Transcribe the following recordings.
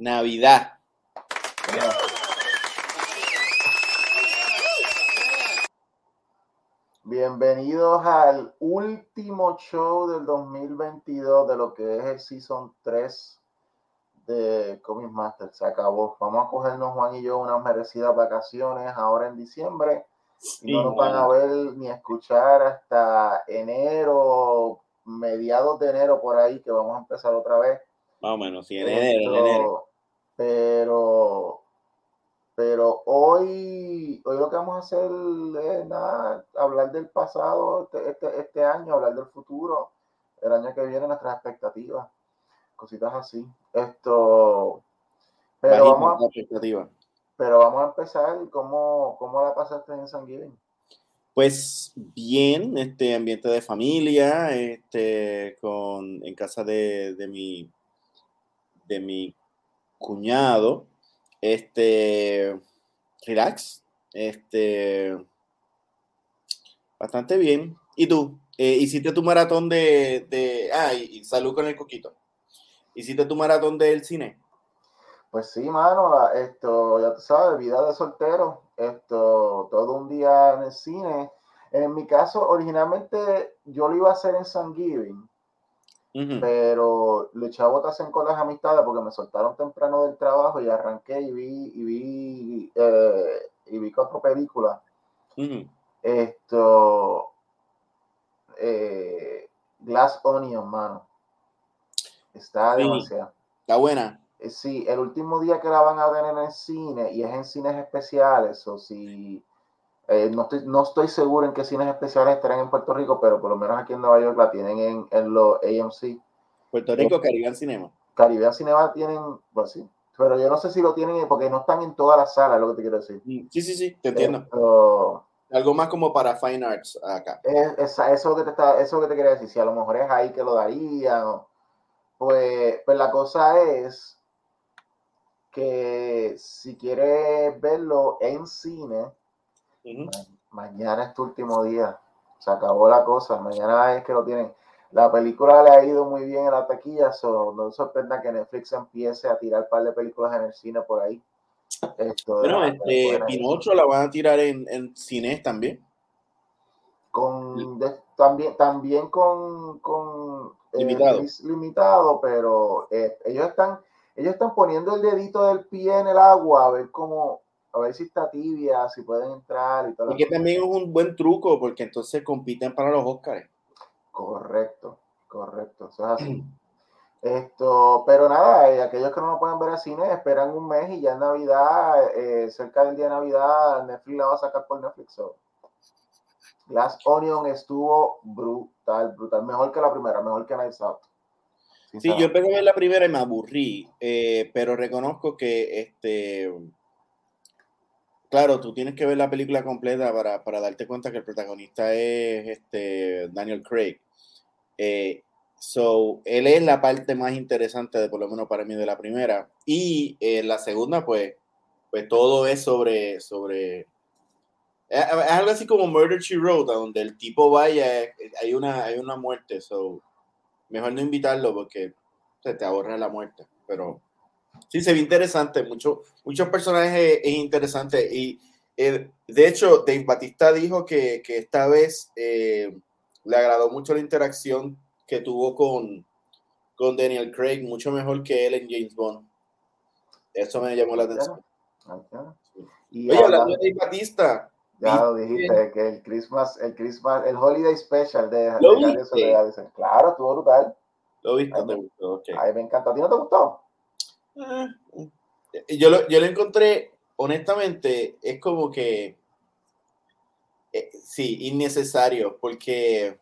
Navidad. Bienvenidos al último show del 2022 de lo que es el Season 3 de Comic Master. Se acabó. Vamos a cogernos Juan y yo unas merecidas vacaciones ahora en diciembre y no nos van a ver ni escuchar hasta enero, mediados de enero por ahí, que vamos a empezar otra vez. Más o menos, sí, en enero. Pero hoy lo que vamos a hacer es nada, hablar del pasado, este año, hablar del futuro, el año que viene, nuestras expectativas, cositas así. Pero vamos a empezar. ¿Cómo la pasaste en Thanksgiving? Pues bien, ambiente de familia, en casa de mi cuñado, relax, bastante bien. ¿Y tú? ¿Hiciste tu maratón y salud con el coquito? ¿Hiciste tu maratón del cine? Pues sí, mano, ya tú sabes, vida de soltero, todo un día en el cine. En mi caso, originalmente yo lo iba a hacer en Thanksgiving, pero le eché botas con las amistades porque me soltaron temprano del trabajo y arranqué y vi 4 películas. Glass Onion, mano. Está demasiado. Está buena. Sí, el último día que la van a ver en el cine, y es en cines especiales, o si no estoy seguro en qué cines especiales estarán en Puerto Rico, pero por lo menos aquí en Nueva York la tienen en los AMC. Puerto Rico, Caribbean Cinema. Caribbean Cinema tienen, pues sí, pero yo no sé si lo tienen porque no están en todas las salas, es lo que te quiero decir. Sí, te entiendo. Algo más como para Fine Arts acá. Eso es lo que te quería decir. Si a lo mejor es ahí que lo darían, pues la cosa es que si quieres verlo en cine, mañana es tu último día. Se acabó la cosa. Mañana es que lo tienen. La película le ha ido muy bien en la taquilla, no sorprenda que Netflix empiece a tirar un par de películas en el cine por ahí. Pinocho la van a tirar en cines también. También con limitado, pero ellos están poniendo el dedito del pie en el agua a ver si está tibia, si pueden entrar y todo. Porque también es un buen truco, porque entonces compiten para los Oscars. Correcto, eso es así. Pero nada, aquellos que no lo pueden ver al cine esperan un mes y ya en Navidad, cerca del día de Navidad, Netflix la va a sacar por Netflix. Glass Onion estuvo brutal, mejor que la primera, mejor que Knives Out. Sí, yo empecé a ver la primera y me aburrí, pero reconozco que claro, tú tienes que ver la película completa para darte cuenta que el protagonista es Daniel Craig. Él es la parte más interesante, por lo menos para mí, de la primera. Y la segunda, pues todo es sobre es algo así como Murder, She Wrote, donde el tipo vaya, hay una muerte, mejor no invitarlo porque se te ahorra la muerte. Pero sí, se ve interesante, muchos personajes es interesante. Y de hecho, Dave Bautista dijo que esta vez le agradó mucho la interacción que tuvo con Daniel Craig, mucho mejor que él en James Bond. Eso me llamó la atención. Y oye, hablando de Dave Bautista, ya lo dijiste, que el Holiday Special de Guardians of the Galaxy. Claro, estuvo brutal. ¿Lo viste? ¿Te gustó? Okay. Ay, me encantó. ¿A ti no te gustó? Yo lo encontré, honestamente, es como que sí, innecesario, porque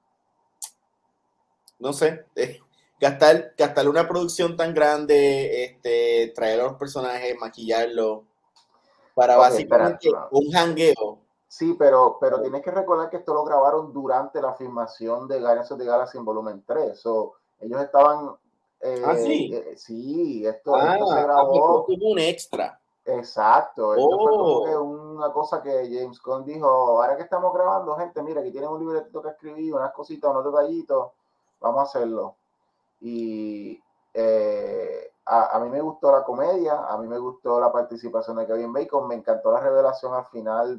no sé, gastar una producción tan grande, traer a los personajes, maquillarlo, para básicamente un jangueo. Sí, pero tienes que recordar que esto lo grabaron durante la filmación de Guardians of the Galaxy en volumen 3. Ellos estaban... Sí. Sí, esto se grabó... Pues como un extra. Exacto, esto fue como que una cosa que James Gunn dijo: ahora que estamos grabando, gente, mira, aquí tienen un libreto que escribir, unas cositas, unos detallitos, vamos a hacerlo. Y a mí me gustó la comedia, a mí me gustó la participación de Kevin Bacon, me encantó la revelación al final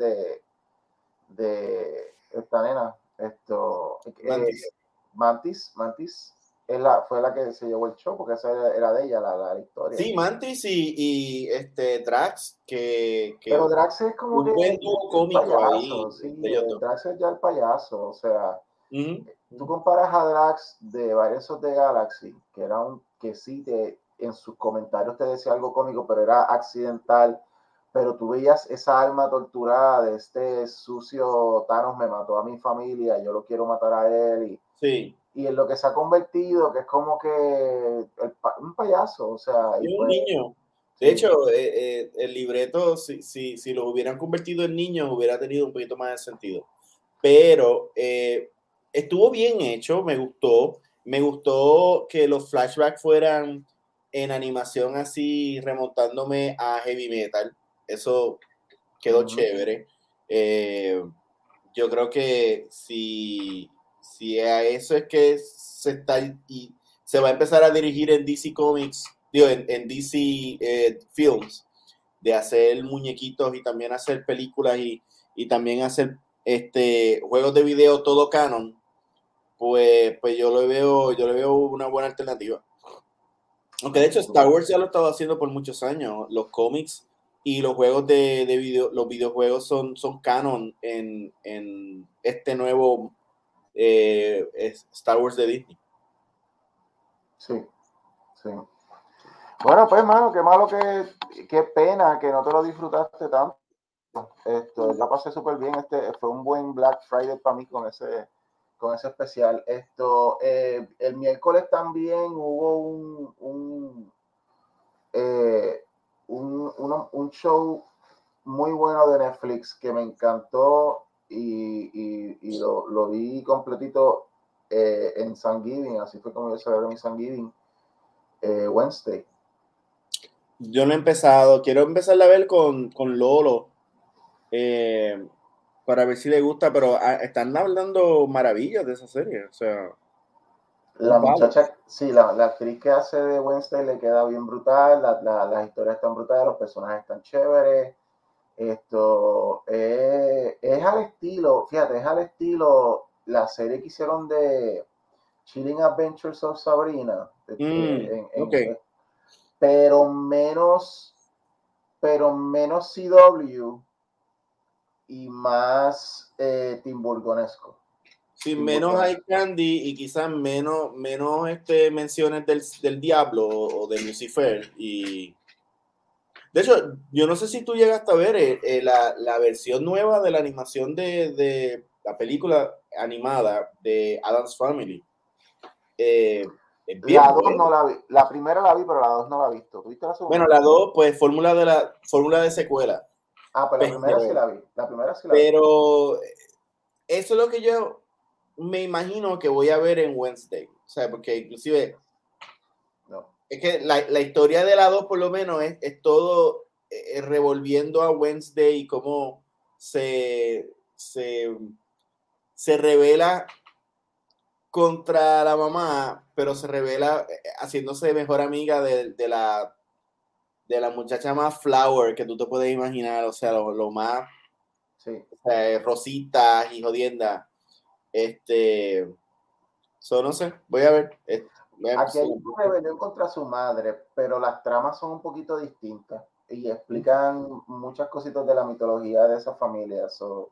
de esta nena, Mantis. Mantis fue la que se llevó el show, porque esa era de ella, la historia. Sí, Mantis y Drax, Pero Drax es como un que buen dúo cómico payaso, ahí sí, de ellos dos. Drax es ya el payaso, o sea, tú Uh-huh. comparas a Drax de Varios of the Galaxy, que era que sí en sus comentarios te decía algo cómico, pero era accidental, pero tú veías esa alma torturada de este sucio Thanos me mató a mi familia, yo lo quiero matar a él, Sí. y en lo que se ha convertido, que es como que un payaso, o sea, y Y un pues, niño. De sí. hecho, el libreto, si lo hubieran convertido en niños, hubiera tenido un poquito más de sentido. Pero estuvo bien hecho, me gustó. Me gustó que los flashbacks fueran en animación así, remontándome a heavy metal. Eso quedó chévere. Yo creo que si a eso es que se está y se va a empezar a dirigir en DC Comics, digo, en DC Films, de hacer muñequitos y también hacer películas y también hacer juegos de video todo canon, pues yo le veo una buena alternativa. Aunque de hecho Star Wars ya lo ha estado haciendo por muchos años. Los cómics y los juegos de video, los videojuegos son canon en este nuevo Star Wars de Disney. Sí, sí. Bueno, pues, mano, qué malo qué pena que no te lo disfrutaste tanto. Ya pasé súper bien. Fue un buen Black Friday para mí con ese especial. El miércoles también hubo eh, un show muy bueno de Netflix que me encantó y lo vi completito en Thanksgiving, así fue como yo celebré mi Thanksgiving, Wednesday. Yo no he empezado, quiero empezar a ver con Lolo para ver si le gusta, pero están hablando maravillas de esa serie, o sea, un La palo. muchacha, sí, la actriz que hace de Wednesday le queda bien brutal, las historias están brutales, los personajes están chéveres. Es al estilo, fíjate, es al estilo la serie que hicieron de Chilling Adventures of Sabrina, Ok. pero menos, pero menos CW y más timburgonesco. Sí, menos hay candy y quizás menos menciones del diablo o de Lucifer. Y de hecho, yo no sé si tú llegaste a ver la versión nueva de la animación de la película animada de Addams Family. Es bien La 2 no buena. la vi, la primera la vi, pero la 2 no la he visto. ¿Tuviste la Bueno, segunda? la dos, pues fórmula de secuela. Ah, pues la primera sí Pero, la vi, la primera sí la vi. pero eso es lo que yo me imagino que voy a ver en Wednesday. O sea, porque inclusive No. es que la historia de la 2 por lo menos es todo revolviendo a Wednesday y cómo se, se, se revela contra la mamá, pero se revela haciéndose mejor amiga de la muchacha más flower que tú te puedes imaginar, o sea, lo más Sí. rositas y jodiendas. No sé, voy a ver. Aquí hay una rebelión contra su madre, pero las tramas son un poquito distintas y explican muchas cositas de la mitología de esa familia.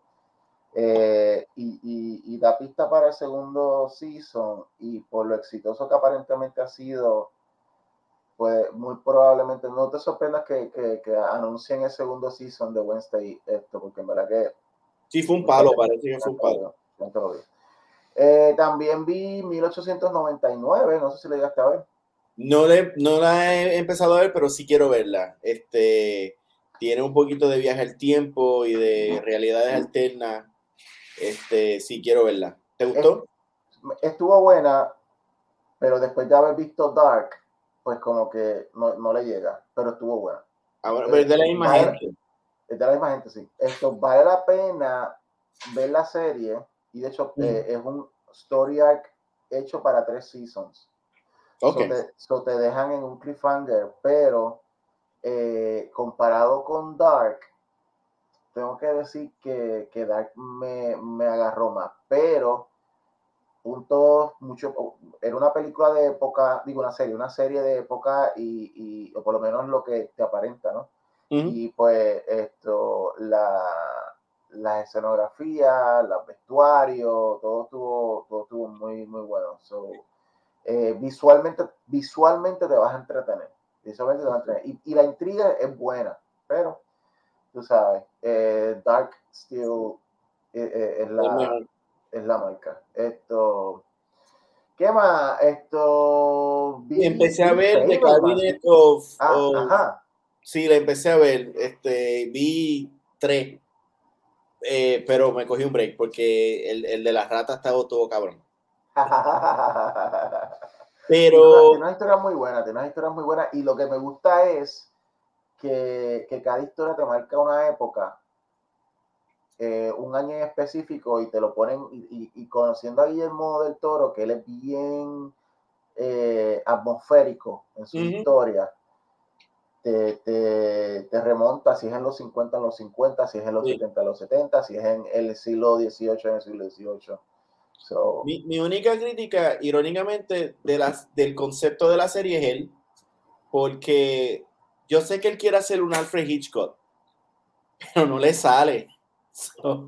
Y da pista para el segundo season y por lo exitoso que aparentemente ha sido, pues muy probablemente no te sorprendas que anuncien el segundo season de Wednesday, porque en verdad que Sí, fue un mucha palo, gente, parece que fue un palo. lo vio. También vi 1899, no sé si le llegaste a ver. No la he empezado a ver, pero sí quiero verla. Tiene un poquito de viaje al tiempo y de realidades alternas. Sí quiero verla. ¿Te gustó? Estuvo buena, pero después de haber visto Dark, pues como que no le llega, pero estuvo buena. Ah, bueno, pero es de la misma Vale, gente. es de la misma gente, sí. Vale la pena ver la serie y de hecho es un story arc hecho para 3 seasons. Ok. Te dejan en un cliffhanger, pero comparado con Dark, tengo que decir que Dark me agarró más, pero era una película de época, digo una serie de época o por lo menos lo que te aparenta, ¿no? Uh-huh. Y pues la escenografía, los vestuarios, todo estuvo muy, muy bueno. Visualmente te vas a entretener. Visualmente te vas a entretener. Y la intriga es buena, pero tú sabes, Dark Steel Es mejor. es la marca. ¿Qué más? Y empecé a Vi ver The Fableman. Cabinet of Ajá. sí, la empecé a ver. Vi tres, pero me cogí un break porque el de las ratas estaba todo cabrón. Tiene Pero, una historia muy buena, tiene una historia muy buena. Y lo que me gusta es que cada historia te marca una época, un año en específico, y te lo ponen, y conociendo a Guillermo del Toro, que él es bien atmosférico en su uh-huh, historia, te remonta si es en los 50 en los 50, si es en los sí. 70 en los 70, si es en el siglo XVIII en el siglo XVIII. So, Mi única crítica, irónicamente, del concepto de la serie es él, porque yo sé que él quiere hacer un Alfred Hitchcock, pero no le sale. So,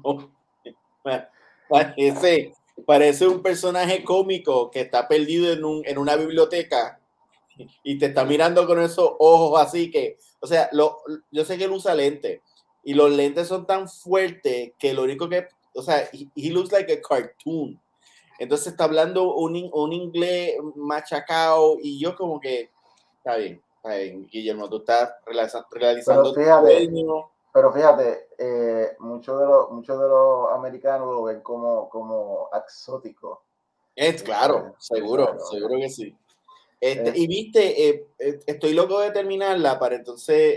parece, parece un personaje cómico que está perdido en una biblioteca y te está mirando con esos ojos así que, o sea, yo sé que él usa lentes y los lentes son tan fuertes que lo único que, o sea, he looks like a cartoon. Entonces está hablando un inglés machacado y yo como que, está bien, Guillermo, tú estás pero realizando tu fíjate, sueño. muchos de los americanos lo ven como exótico. Es claro, Tú sabes, seguro, como seguro que que sí. es, Y viste, estoy loco de terminarla para entonces,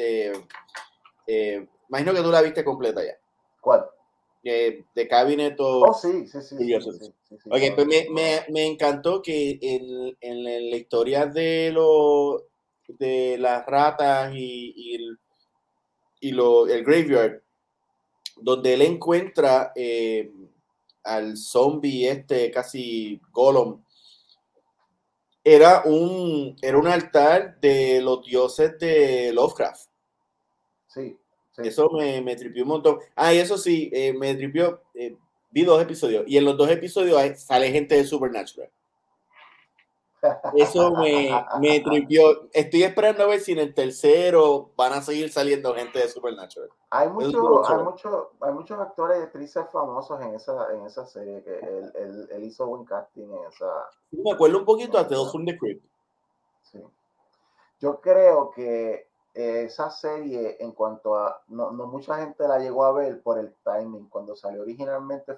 imagino que tú la viste completa ya. ¿cuál? The Cabinet Oh, of sí, sí, sí, sí, Curiosities. sí, sí, sí, Ok, yo lo pues vi, yo lo vi. me encantó que en la historia de las ratas el graveyard, donde él encuentra al zombie casi Gollum, era un altar de los dioses de Lovecraft. Sí, sí. Eso me tripió un montón. Ah, y eso sí, me tripió. Vi dos episodios y en los dos episodios sale gente de Supernatural. Eso me tripió. Estoy esperando a ver si en el tercero van a seguir saliendo gente de Supernatural. Eso estuvo chévere. Hay muchos actores y actrices famosos en esa serie que él hizo buen casting Sí, me acuerdo un poquito en a Tales esa, from the Crypt. sí. Yo creo que esa serie, en cuanto a, no mucha gente la llegó a ver por el timing. Cuando salió originalmente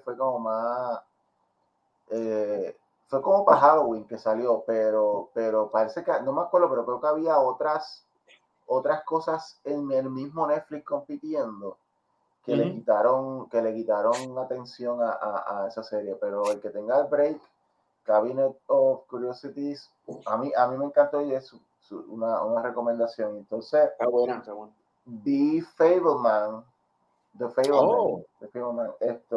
eh, fue como para Halloween que salió, pero parece que, no me acuerdo, pero creo que había otras cosas en el mismo Netflix compitiendo Ujú. que le quitaron atención a esa serie. Pero el que tenga el break, Cabinet of Curiosities, a mí me encantó y es una recomendación. Entonces, Está buena, está buena. vi Fableman, Oh, The Fableman.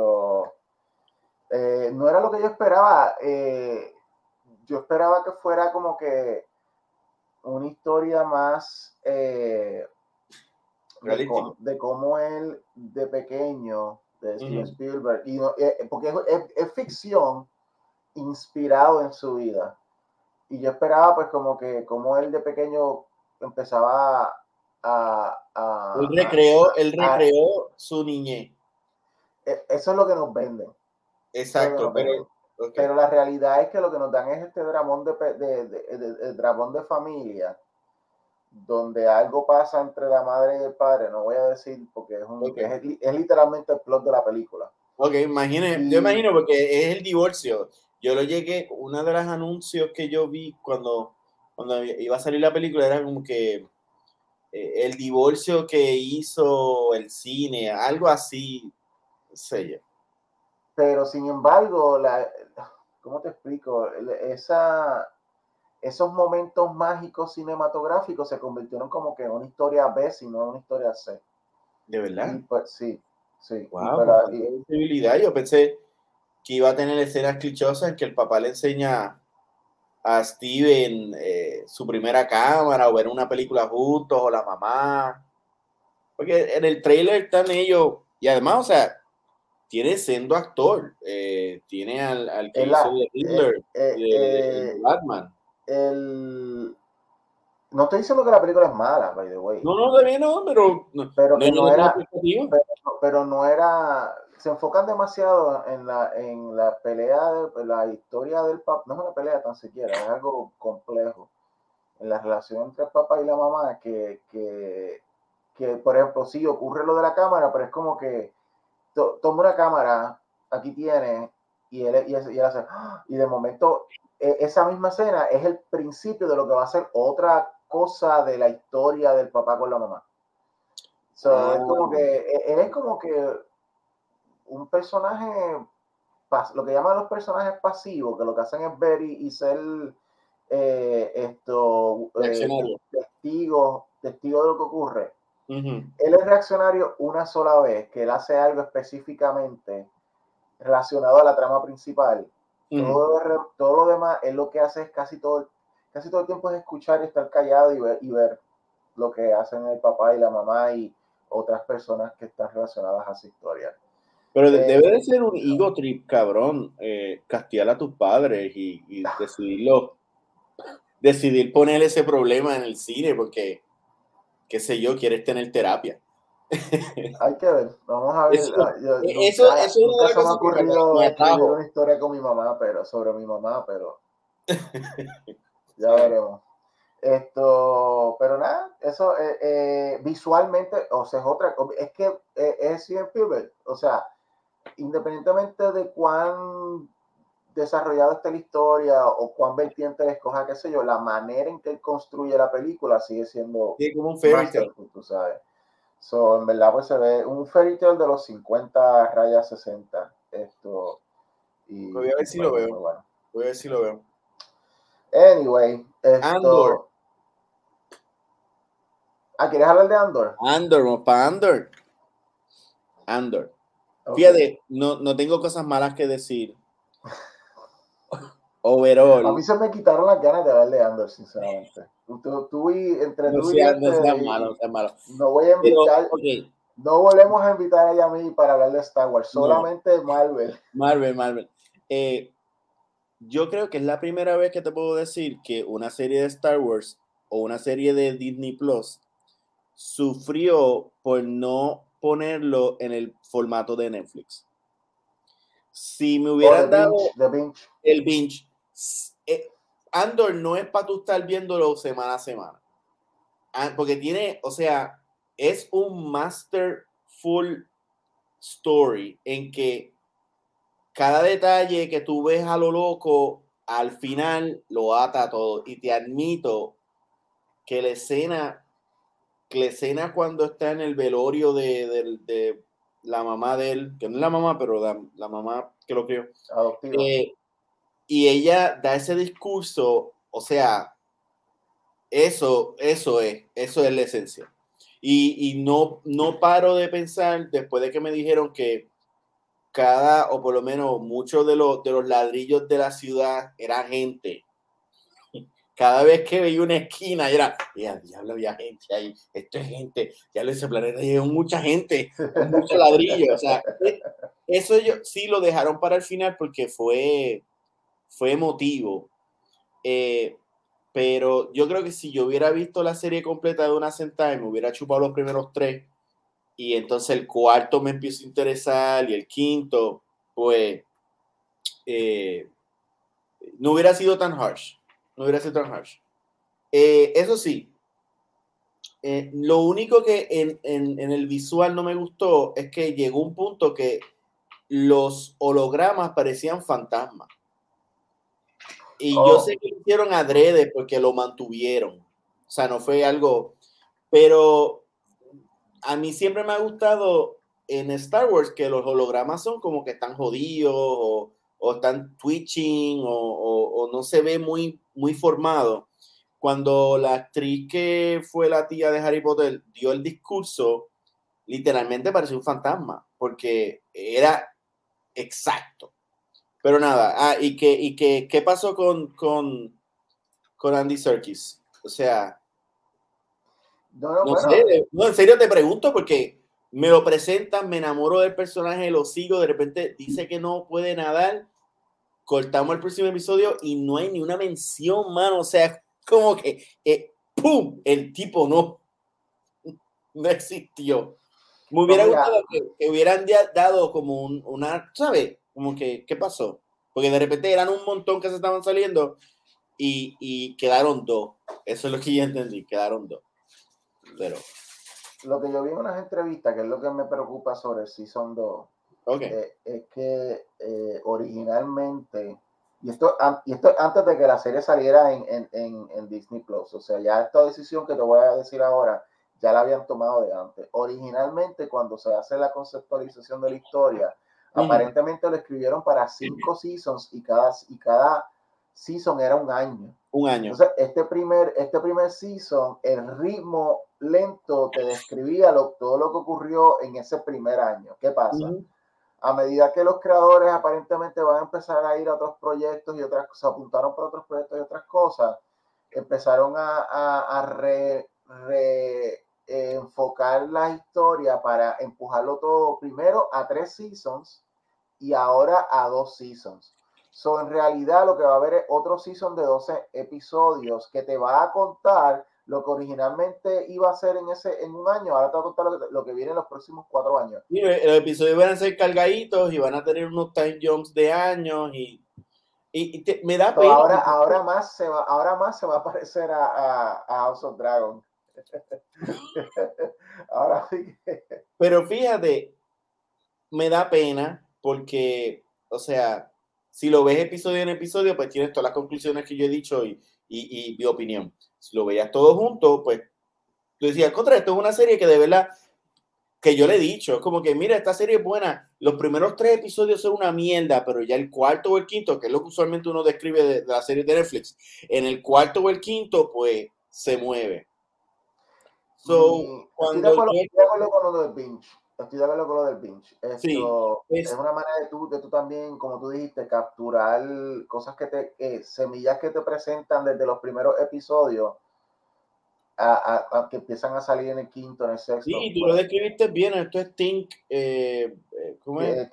No era lo que yo esperaba. Yo esperaba que fuera como que una historia más realístico. de cómo él de pequeño, de Steven Ujú. Spielberg, porque es ficción inspirado en su vida. Y yo esperaba pues como que como él de pequeño empezaba a, a, a, Él a recreó su niñez. eso es lo que nos venden. Eso es lo que Exacto, nos pero, venden. ok. Pero la realidad es que lo que nos dan es este dramón de dramón de familia, donde algo pasa entre la madre y el padre. No voy a decir porque Ok. es literalmente el plot de la película. Ok, imagine, yo Y, imagino porque es el divorcio. Yo lo llegué, una de las anuncios que yo vi cuando iba a salir la película era como que el divorcio que hizo el cine, algo así, no sé yo. pero sin embargo, ¿cómo te explico? Esa, esos momentos mágicos cinematográficos se convirtieron como que en una historia B, sino en una historia C. ¿De verdad? Y pues sí. Wow, con tanta visibilidad. Yo pensé que iba a tener escenas clichosas en que el papá le enseña a Steven su primera cámara o ver una película juntos o la mamá. Porque en el trailer están ellos, y además, o sea, tiene siendo actor, tiene al que hizo de Hitler, de Batman. No estoy diciendo que la película es mala, by the way. No, también no, pero pero que no era, pero no era, se enfocan demasiado en la pelea, la historia del papá, no es una pelea tan siquiera, es algo complejo, en la relación entre el papá y la mamá, que por ejemplo, sí ocurre lo de la cámara, pero es como que toma una cámara, aquí tiene, y él hace, y de momento, esa misma escena es el principio de lo que va a ser otra cosa de la historia del papá con la mamá. So, es como que él es como que un personaje, lo que llaman los personajes pasivos, que lo que hacen es ver y ser testigo de lo que ocurre. Uh-huh. Él es reaccionario una sola vez, que él hace algo específicamente relacionado a la trama principal. Uh-huh. Todo lo demás, él lo que hace es casi todo el tiempo es escuchar y estar callado y ver lo que hacen el papá y la mamá y otras personas que están relacionadas a esa historia. Pero debe de ser un ego trip, cabrón, castigar a tus padres y decidir poner ese problema en el cine porque, qué sé yo, quieres tener terapia. Hay que ver, vamos a ver. Eso es una Nunca de las se me ha cosas que ocurrido me escribir atrajo. una historia con mi mamá, sobre mi mamá, pero ya veremos. Pero nada, eso visualmente, o sea, es que es Steven Spielberg, o sea, independientemente de cuán desarrollada esté la historia o cuán vertiente escoja, qué sé yo, la manera en que él construye la película sigue siendo Sí, como un fairy tale. masterful, tú sabes. So, en verdad, pues se ve un fairy tale de los 50 rayas 60. Voy a ver si lo veo. Bueno. Voy a ver si lo veo. Anyway, Andor. ¿Quieres hablar de Andor? Andor, para Andor. Andor. Okay. Fíjate, no tengo cosas malas que decir. Overall. A mí se me quitaron las ganas de hablar de Andor, sinceramente. No sea malo. No voy a invitar. Pero, okay. No volvemos a invitar a Yami para hablar de Star Wars, solamente Marvel. Yo creo que es la primera vez que te puedo decir que una serie de Star Wars o una serie de Disney Plus sufrió por no ponerlo en el formato de Netflix. Si me hubieran dado el binge, Andor no es para tú estar viéndolo semana a semana. Porque tiene, o sea, es un masterful story en que cada detalle que tú ves a lo loco, al final lo ata todo. Y te admito que la escena cuando está en el velorio de la mamá de él, que no es la mamá, pero la mamá que lo crió, y ella da ese discurso, o sea, eso es la esencia. Y no paro de pensar, después de que me dijeron que o por lo menos muchos de los ladrillos de la ciudad era gente. Cada vez que veía una esquina era, diablo, había gente ahí, esto es gente, ya ese planeta llegó mucha gente, mucho ladrillo, o sea, eso sí lo dejaron para el final porque fue emotivo, pero yo creo que si yo hubiera visto la serie completa de una sentada y me hubiera chupado los primeros 3 y entonces el cuarto me empiezo a interesar y el quinto, pues no hubiera sido tan harsh. Eso sí, lo único que en el visual no me gustó es que llegó un punto que los hologramas parecían fantasmas. Y yo sé que lo hicieron adrede porque lo mantuvieron. O sea, no fue algo... Pero a mí siempre me ha gustado en Star Wars que los hologramas son como que están jodidos o están twitching o no se ve muy muy formado. Cuando la actriz que fue la tía de Harry Potter dio el discurso, literalmente pareció un fantasma, porque era exacto. Pero nada, ¿qué pasó con Andy Serkis? O sea, no sé, no, en serio te pregunto, porque me lo presentan, me enamoro del personaje, lo sigo, de repente dice que no puede nadar, cortamos el próximo episodio y no hay ni una mención, mano, o sea, como que, ¡pum!, el tipo no existió. Me hubiera gustado que hubieran dado como una, ¿sabes? Como que, ¿qué pasó? Porque de repente eran un montón que se estaban saliendo y quedaron dos. Eso es lo que yo entendí, quedaron dos. Pero lo que yo vi en unas entrevistas, que es lo que me preocupa sobre el Season 2, es que originalmente, y esto antes de que la serie saliera en Disney Plus, o sea, ya esta decisión que te voy a decir ahora, ya la habían tomado de antes. Originalmente, cuando se hace la conceptualización de la historia, aparentemente lo escribieron para 5 seasons y cada season era un año. Un año. Entonces, este primer season, el ritmo lento te describía todo lo que ocurrió en ese primer año. ¿Qué pasa? A medida que los creadores aparentemente van a empezar a ir a otros proyectos y otras cosas, apuntaron por otros proyectos y otras cosas, empezaron a enfocar la historia para empujarlo todo primero a 3 seasons y ahora a 2 seasons. So, en realidad lo que va a haber es otro season de 12 episodios que te va a contar lo que originalmente iba a ser en un año, ahora te va a contar lo que viene en los próximos 4 años. Sí, los episodios van a ser cargaditos y van a tener unos time jumps de años me da pena. Ahora más se va a parecer a House of Dragon. Ahora sí que... Pero fíjate, me da pena porque, o sea, si lo ves episodio en episodio, pues tienes todas las conclusiones que yo he dicho y mi opinión. Si lo veías todo junto, pues tú decías, contra esto es una serie que de verdad, que yo le he dicho, es como que, mira, esta serie es buena, los primeros 3 episodios son una mierda, pero ya el cuarto o el quinto, que es lo que usualmente uno describe de la serie de Netflix, en el cuarto o el quinto, pues, se mueve. Estoy de acuerdo con lo del binge. Estoy de acuerdo con lo del binge. Esto sí, es una manera de tú también, como tú dijiste, capturar cosas semillas que te presentan desde los primeros episodios a que empiezan a salir en el quinto, en el sexto. Sí, tú lo describiste bien, esto es ¿cómo es?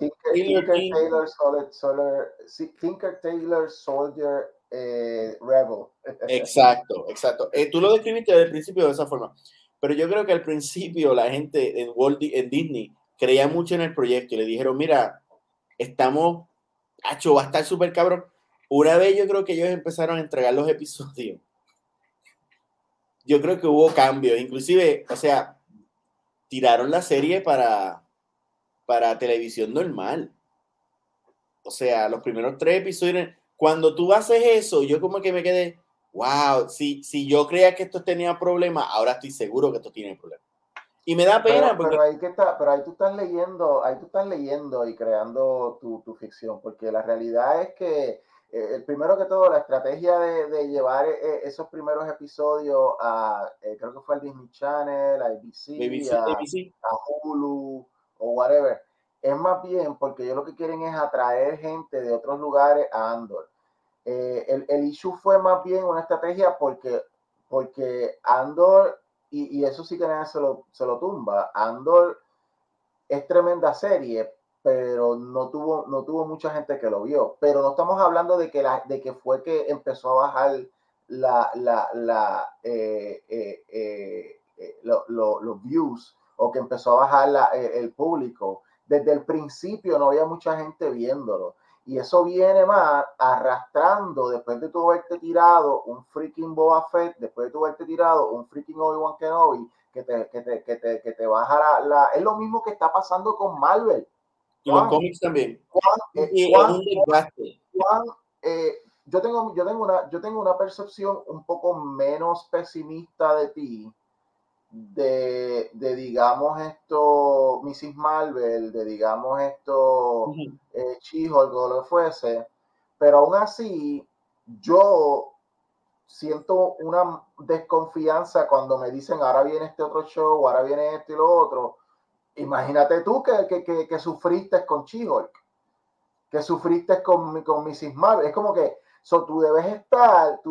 Tinker Tailor Soldier Rebel. Exacto. Tú lo describiste desde el principio de esa forma, pero yo creo que al principio la gente en Disney creía mucho en el proyecto y le dijeron, mira, va a estar súper cabrón. Una vez yo creo que ellos empezaron a entregar los episodios. Yo creo que hubo cambios, inclusive, o sea, tiraron la serie para televisión normal. O sea, los primeros 3 episodios, cuando tú haces eso, yo como que me quedé, wow, si yo creía que esto tenía problemas, ahora estoy seguro que esto tiene problemas. Y me da pena porque... Pero ahí tú estás leyendo y creando tu ficción, porque la realidad es que primero que todo la estrategia de llevar esos primeros episodios creo que fue al Disney Channel, a ABC, a Hulu o whatever, es más bien porque ellos lo que quieren es atraer gente de otros lugares a Andor. El issue fue más bien una estrategia porque Andor, y eso sí que nadie se lo tumba, Andor es tremenda serie, pero no tuvo mucha gente que lo vio. Pero no estamos hablando de que fue que empezó a bajar los views o que empezó a bajar el público. Desde el principio no había mucha gente viéndolo. Y eso viene más arrastrando después de tú haberte tirado un freaking Boba Fett, después de tú haberte tirado un freaking Obi-Wan Kenobi, que te baja Es lo mismo que está pasando con Marvel. Y los cómics también. Yo tengo una percepción un poco menos pesimista de ti, de digamos esto, Mrs. Marvel, de digamos esto, She-Hulk o lo que fuese, pero aún así, yo siento una desconfianza cuando me dicen ahora viene este otro show, ahora viene esto y lo otro. Imagínate tú que sufriste con She-Hulk, que sufriste con Mrs. Marvel. Es como que tú debes estar,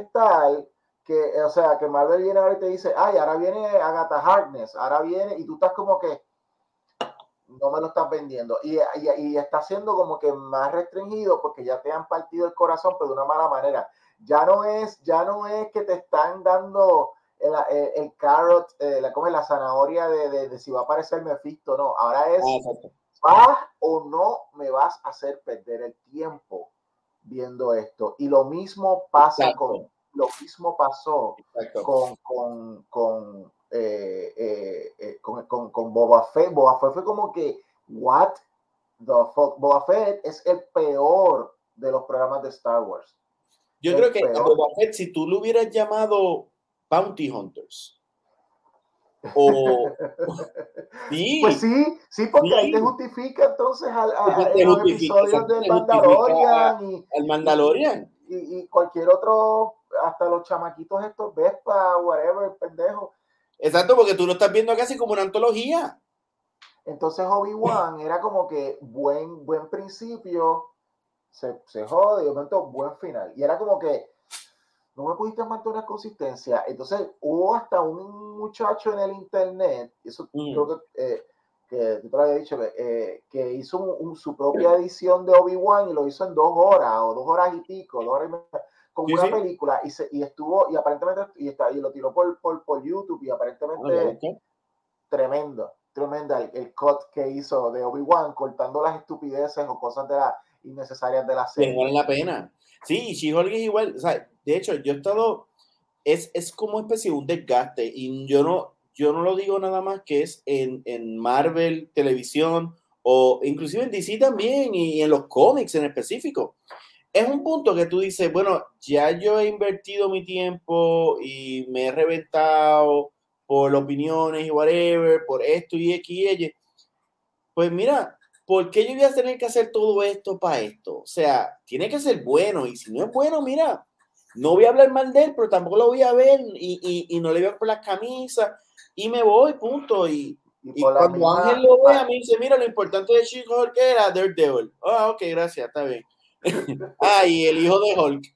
o sea, que Marvel viene ahora y te dice, ay, ahora viene Agatha Harkness, ahora viene, y tú estás como que no me lo estás vendiendo. Y está siendo como que más restringido porque ya te han partido el corazón, pero de una mala manera. Ya no es que te están dando el carrot, ¿cómo es? La zanahoria de si va a aparecer Mephisto, no. Ahora es, ¿vas o no me vas a hacer perder el tiempo viendo esto? Y lo mismo pasa Exacto. lo mismo pasó Exacto. con Boba Fett. Boba Fett fue como que, what the fuck? Boba Fett es el peor de los programas de Star Wars. Yo creo que a Boba Fett, si tú lo hubieras llamado Bounty Hunters, o sí, pues sí, porque ahí te justifica entonces en los episodios del Mandalorian al Mandalorian. Y cualquier otro, hasta los chamaquitos estos, Vespa, whatever, pendejo. Exacto, porque tú lo estás viendo casi como una antología. Entonces Obi-Wan era como que buen principio, se jode, y de momento buen final. Y era como que no me pudiste mantener una consistencia. Entonces hubo hasta un muchacho en el internet, eso creo que tú te lo había dicho, que hizo su propia edición de Obi-Wan y lo hizo en 2 horas o 2 horas y pico, 2 horas y media, con una película y estuvo, y aparentemente, y lo tiró por YouTube y aparentemente tremenda el cut que hizo de Obi-Wan, cortando las estupideces o cosas innecesarias de la serie. Que vale la pena. Sí, She-Hulk es igual. O sea, de hecho, yo he estado. Es como especie de un desgaste. Y yo no lo digo nada más que es en Marvel, televisión, o inclusive en DC también, y en los cómics en específico. Es un punto que tú dices, bueno, ya yo he invertido mi tiempo y me he reventado por opiniones y whatever, por esto y X y Y. Pues mira, ¿por qué yo voy a tener que hacer todo esto para esto? O sea, tiene que ser bueno, y si no es bueno, mira, no voy a hablar mal de él, pero tampoco lo voy a ver y no le voy a por las camisas y me voy, punto. Y cuando Ángel lo ve, a mí dice, mira, lo importante de She-Hulk era Daredevil. Ah, ok, gracias, está bien. Y el hijo de Hulk.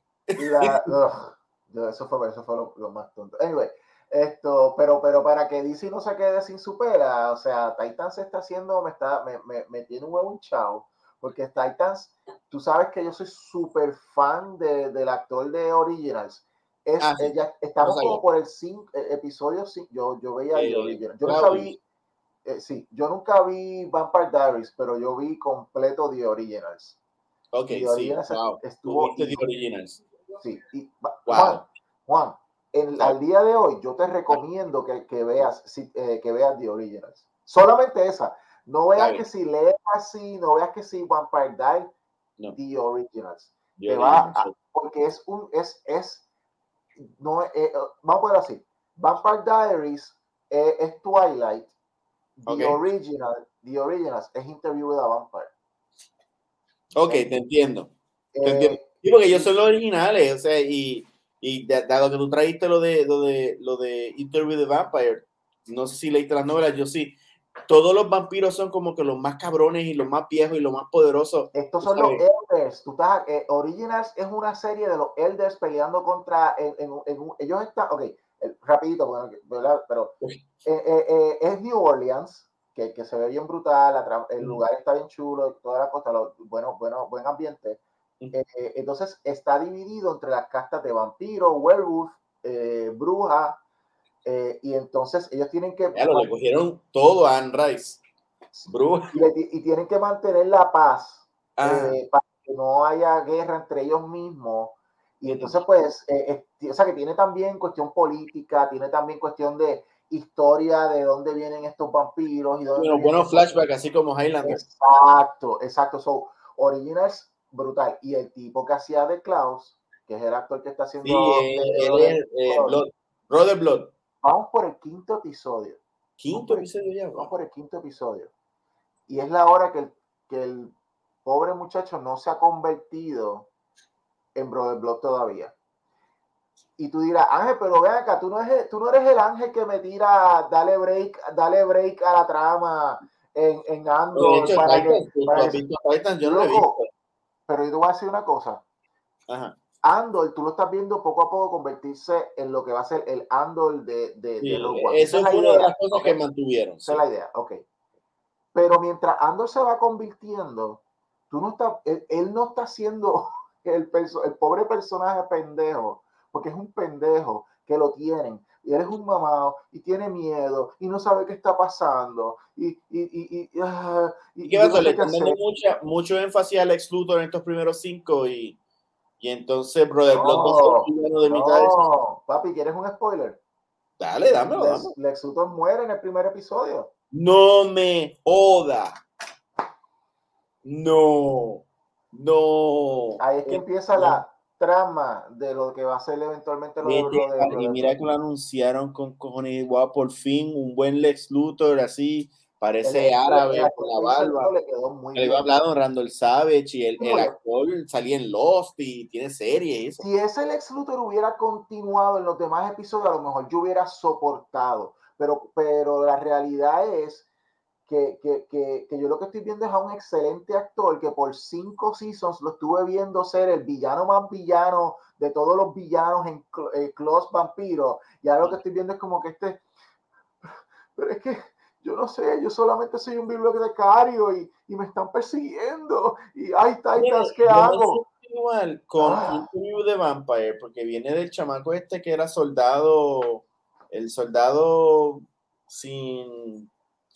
Eso fue lo más tonto. Anyway, pero para que DC no se quede sin su pela, o sea, Titans se está haciendo, me tiene un huevo hinchado, porque Titans, tú sabes que yo soy súper fan del actor de Originals. Sí, estamos como por el episodio 5, yo veía The Originals. Yo nunca vi, yo nunca vi Vampire Diaries, pero yo vi completo The Originals. Ok, The sí, Originals wow. estuvo. The Originals. Sí, Wow. Juan, al día de hoy yo te recomiendo que veas The Originals. Solamente esa. No veas que si Legacy, no veas que si Vampire Diaries, no. The Originals. Te va porque no, vamos a ponerlo así. Vampire Diaries es Twilight. The Originals es Interview with a Vampire. Ok, te entiendo. Sí, porque ellos son los originales, o sea, y dado que tú trajiste lo de Interview with the Vampire, no sé si leíste las novelas, yo sí. Todos los vampiros son como que los más cabrones y los más viejos y los más poderosos. Estos son los Elders. Originals es una serie de los Elders peleando contra. Ellos están. Ok, rapidito, ¿verdad? Pero es New Orleans, que se ve bien brutal. El lugar está bien chulo, toda la costa, buen ambiente. Entonces está dividido entre las castas de vampiro, werewolf, bruja. Y entonces ellos tienen que. Claro, le cogieron todo a Anne Rice. Bruja. Y tienen que mantener la paz para que no haya guerra entre ellos mismos. Y entonces, pues, o sea, que tiene también cuestión política, tiene también cuestión de historia, de dónde vienen estos vampiros. Y Bueno, flashback, así como Highlander. Exacto. So, Originals, brutal. Y el tipo que hacía de Klaus, que es el actor que está haciendo. Sí, él es Brother Blood. Vamos por el quinto episodio. Vamos por el quinto episodio. Y es la hora que el pobre muchacho no se ha convertido en Brother Blood todavía. Y tú dirás, Ángel, pero ven acá, tú no eres el Ángel que me tira, dale break a la trama en De Andor hecho, para que, Titans, ¿tú para has que, visto Titans? Yo no lo he visto. loco, pero yo te voy a decir una cosa. Ajá. Andor, tú lo estás viendo poco a poco convertirse en lo que va a ser el Andor de Sí, Rogue One. Esa es eso la fue una de idea, las cosas ¿ok? que mantuvieron, Esa es sí. la idea, ok. Pero mientras Andor se va convirtiendo, él no está siendo el pobre personaje pendejo, porque es un pendejo que lo tienen. Y él es un mamado y tiene miedo y no sabe qué está pasando. ¿Y qué Y yo no pasó? Le sé qué están dando hacer. mucho énfasis a Lex Luthor en estos primeros 5 y entonces, Brother Blood va a ser No, villano de mitad de season. no. Papi, ¿quieres un spoiler? Dale, dámelo. Lex Luthor muere en el primer episodio. No me joda. No. No. Ahí es que empieza No. la trama de lo que va a ser eventualmente Y mira que lo anunciaron con cojones. Wow, por fin un buen Lex Luthor así. Parece el árabe con actor la que hizo el rol barba. le quedó muy Le iba bien. hablando Randall Savage y el Murió. actor salía en Lost y tiene series y eso. Si ese Lex Luthor hubiera continuado en los demás episodios, a lo mejor yo hubiera soportado. Pero la realidad es que yo lo que estoy viendo es a un excelente actor que por 5 seasons lo estuve viendo ser el villano más villano de todos los villanos en Close Vampiro. Y ahora lo que estoy viendo es como que pero es que yo no sé, yo solamente soy un bibliotecario y me están persiguiendo. Y ay, Titans, ¿qué Yo me hago? siento igual con Ah, Interview de Vampire, porque viene del chamaco este que era soldado, el soldado sin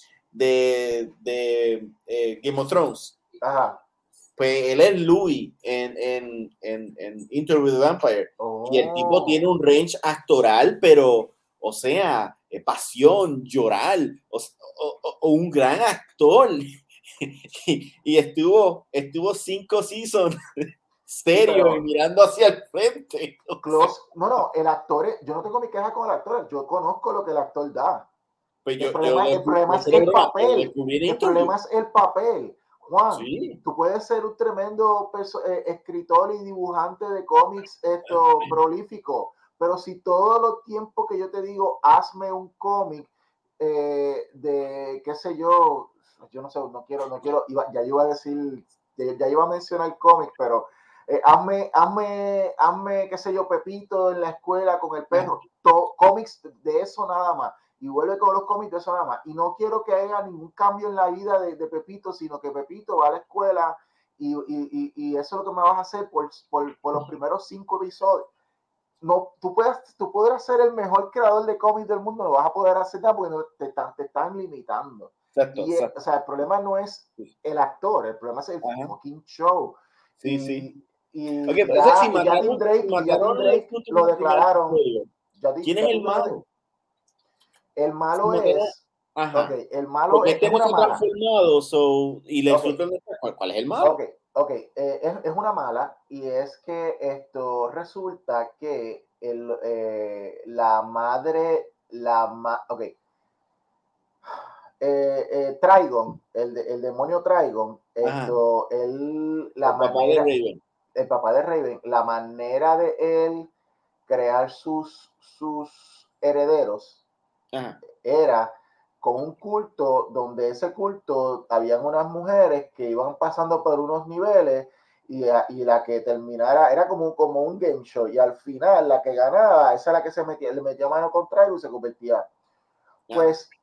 de Game of Thrones. ajá. Pues él es Louis en Interview the Vampire. Y el tipo tiene Oh, un range actoral, pero, o sea, pasión, llorar, o un gran actor. y estuvo 5 seasons sí, serio y pero mirando hacia el frente. O sea, Close, no, el actor, yo no tengo mi queja con el actor, yo conozco lo que el actor da. pues El problema es el lo papel. descubrí en El Interview. problema es el papel. Juan, Sí. tú puedes ser un tremendo escritor y dibujante de cómics prolífico, pero si todo lo tiempo que yo te digo, hazme un cómic qué sé yo no sé, no quiero, ya iba a decir, ya iba a mencionar cómics, pero qué sé yo, Pepito en la escuela con el perro, cómics de eso nada más y vuelve con los cómics de eso nada más. Y no quiero que haya ningún cambio en la vida de Pepito, sino que Pepito va a la escuela y eso es lo que me vas a hacer por los primeros 5 episodios. No, tú podrás ser el mejor creador de cómics del mundo, no vas a poder hacer nada porque no, te están limitando. Exacto, Y o exacto. sea, el problema no es el actor, el problema es el Ajá. fucking show. Sí, sí. Ok, Y pero entonces ya si Tim mataron a Drake Lex lo en el primer declararon. episodio, ¿quién es Ya el Tim Drake, malo? el Si malo mataron, es, ok, ajá. el malo Porque este es no una está mala. transformado, y Lex Ok, Luthor no está. ¿Cuál es el ok, malo? ok. Es una mala y es que esto resulta que la madre, ok, Trigon, el demonio Trigon, Ajá. la El papá de manera, Raven. el papá de Raven, la manera de él crear sus herederos Ajá. era con un culto donde ese culto habían unas mujeres que iban pasando por unos niveles y la que terminara era como un game show y al final la que ganaba, esa es la que le metía mano contra él y se convertía. Ajá. Pues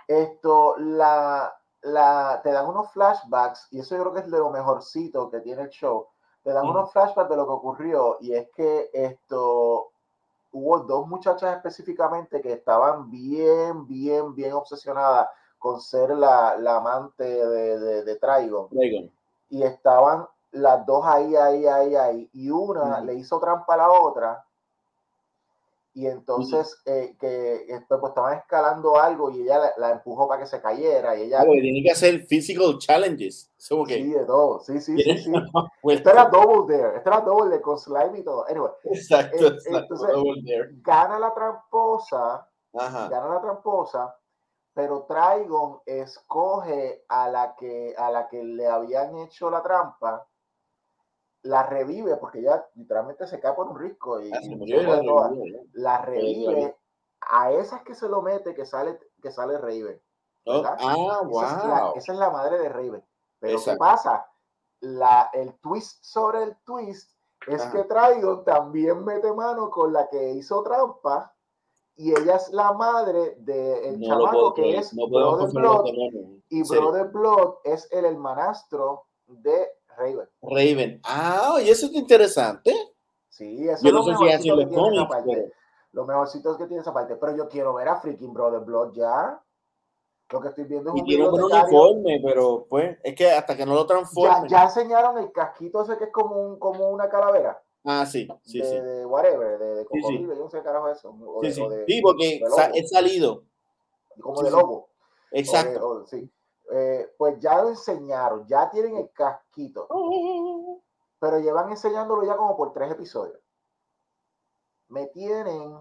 te dan unos flashbacks y eso yo creo que es de lo mejorcito que tiene el show. Te dan Ujú. unos flashbacks de lo que ocurrió y es que hubo 2 muchachas específicamente que estaban bien obsesionadas con ser la amante de Trigon. Raven. Y estaban las dos ahí. Y una Ujú. le hizo trampa a la otra. Y Ujú. entonces pues, estaban escalando algo y ella la empujó para que se cayera. Y Ah, ella, porque tiene que hacer physical challenges. Es como sí, que de todo. Sí. Esto era fuerte. Double Dare. Esto era Double Dare con slime y todo. Anyway, Exacto. entonces Double dare. gana la tramposa Ajá. pero Trigon escoge a la que le habían hecho la trampa, la revive porque ella literalmente se cae por un risco y se se murió y jode toda. revivió, ¿no? La revive, a esas que se lo mete que sale Raven, ¿verdad? Wow. Esa es la madre de Raven. Pero Exacto. ¿qué pasa? El twist sobre el twist es que Trigon también mete mano con la que hizo trampa y ella es la madre del chamaco que es Brother Blood, y Brother Blood es el hermanastro de Raven. Y eso es interesante. Sí, eso es lo mejorcito que tiene esa parte. Lo mejorcito que tiene esa parte. Pero yo quiero ver a freaking Brother Blood ya. Lo que estoy viendo es un bibliotecario. Tiene un uniforme, pero pues es que hasta que no lo transformen. Ya enseñaron el casquito ese que es como una calavera. Sí. De whatever, de cocodrilo, yo no sé qué carajo es eso. Sí, porque es salido. Como de lobo. Exacto. Sí. Pues ya lo enseñaron, ya tienen el casquito. Pero llevan enseñándolo ya como por 3 episodios. Me tienen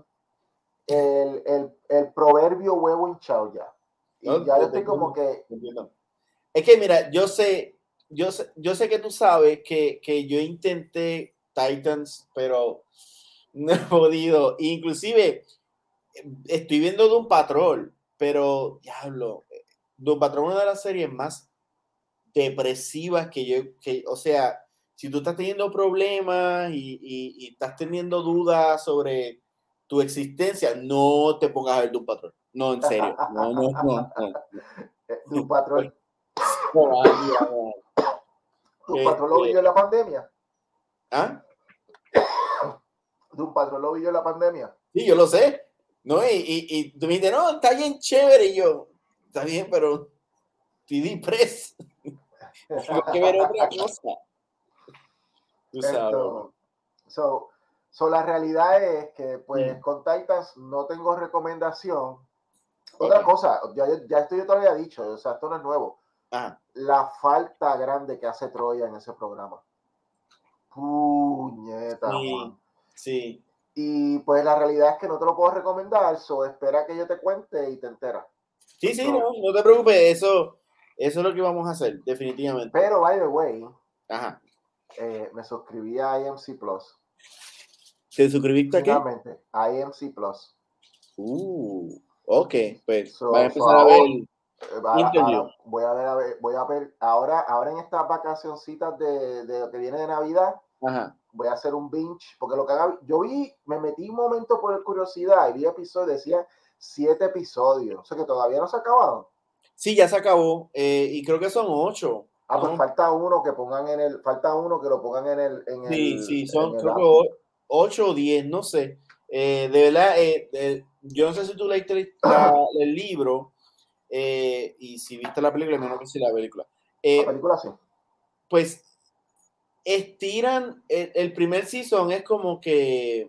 el proverbio huevo hinchado ya. Y ya yo estoy como que... Es que mira, yo sé que tú sabes que yo intenté Titans, pero no he podido. Inclusive estoy viendo Doom Patrol, pero diablo, Doom Patrol es una de las series más depresivas o sea, si tú estás teniendo problemas y estás teniendo dudas sobre tu existencia, no te pongas a ver Doom Patrol. No, en serio. No. Doom Patrol. ¿Doom Patrol lo vivió en la pandemia? ¿Doom Patrol lo vivió en la pandemia? Sí, yo lo sé. ¿No? Y tú me dices, no, está bien chévere. Y yo, está bien, pero TD Press. Tengo que ver otra cosa. Tú sabes. La realidad es que, pues, con Titans no tengo recomendación. Otra cosa, ya esto yo te lo había dicho, o sea, esto no es nuevo. La falta grande que hace Troya en ese programa. Puñeta, Juan. Sí. Y pues la realidad es que no te lo puedo recomendar, espera que yo te cuente y te enteras. Sí, no te preocupes, eso es lo que vamos a hacer, definitivamente. Pero, by the way, me suscribí a IMC Plus. ¿Te suscribiste a qué? Finalmente, a IMC Plus. Ok, pues va a empezar a ver ahora voy a ver, ahora en estas vacacioncitas de lo que viene de Navidad, voy a hacer un binge, porque lo que yo me metí un momento por curiosidad y vi episodios, decía 7 episodios, o sea que todavía no se ha acabado. Sí, ya se acabó, y creo que son 8. Pues falta uno que lo pongan en el Sí, son creo que 8 o 10, no sé. De verdad, yo no sé si tú leíste el libro, y si viste la película, menos que si la película. La película sí. Pues estiran, el primer season es como que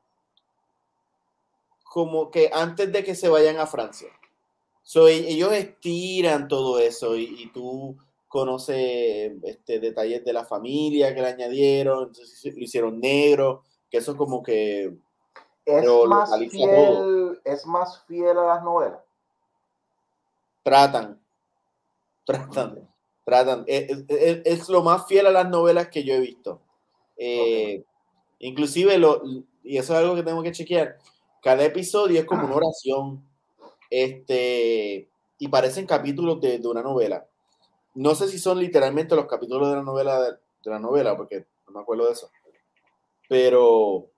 antes de que se vayan a Francia. Ellos estiran todo eso y tú conoces detalles de la familia que le añadieron, entonces lo hicieron negro, que eso como que es más fiel a las novelas. Tratan. Es lo más fiel a las novelas que yo he visto. Inclusive, y eso es algo que tengo que chequear, cada episodio es como una oración, y parecen capítulos de una novela. No sé si son literalmente los capítulos de la novela, porque no me acuerdo de eso. Pero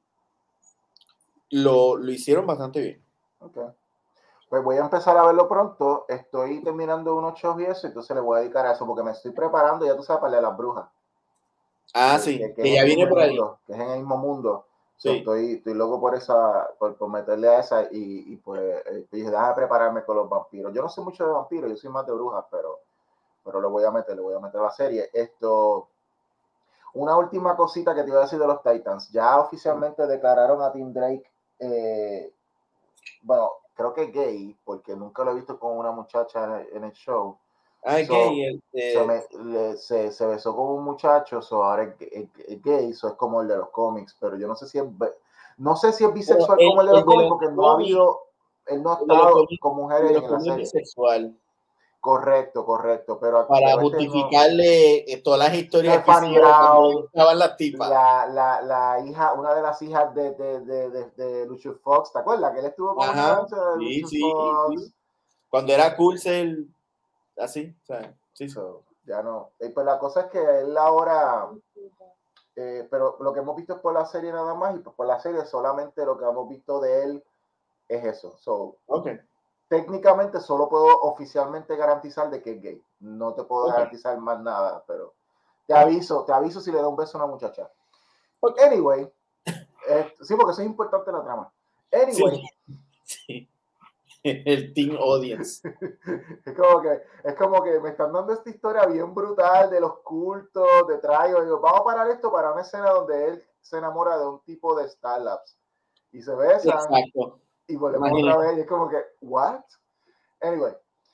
lo hicieron bastante bien. Pues voy a empezar a verlo pronto. Estoy terminando unos shows y eso, entonces le voy a dedicar a eso, porque me estoy preparando, ya tú sabes, para las brujas. Sí, que ya viene por ahí. Que es en el mismo mundo. Sí. Estoy loco por meterle a esa y pues dije, déjame prepararme con los vampiros. Yo no sé mucho de vampiros, yo soy más de brujas, pero le voy a meter a la serie. Una última cosita que te iba a decir de los Titans. Ya oficialmente declararon a Tim Drake, bueno, creo que gay, porque nunca lo he visto con una muchacha en el show. Gay. Se besó con un muchacho, ahora es gay, es como el de los cómics, pero yo no sé si es bisexual como el de los cómics, porque él no ha estado con mujeres en la serie. Bisexual. Correcto, pero Para justificarle todas las historias que Fanny hicieron cuando Brown, le gustaban las tipas. la hija, una de las hijas de Lucius Fox, ¿te acuerdas? Que él estuvo con una Ajá, noche de sí, Lucius Fox. sí. Cuando era cool ser así, o sea, sí. So, ya no. Pues la cosa es que él ahora, pero lo que hemos visto es por la serie nada más, y por la serie solamente lo que hemos visto de él es eso. So, Okay. técnicamente solo puedo oficialmente garantizar de que es gay. No te puedo Okay. garantizar más nada, pero te aviso si le da un beso a una muchacha. Anyway, sí, porque eso es importante en la trama. Anyway. Sí. El teen audience. Es como que me están dando esta historia bien brutal de los cultos, de Traigo. Digo, vamos a parar esto para una escena donde él se enamora de un tipo de Starlabs y se besan. Exacto. Y volvemos otra vez y es como que, ¿what? Anyway,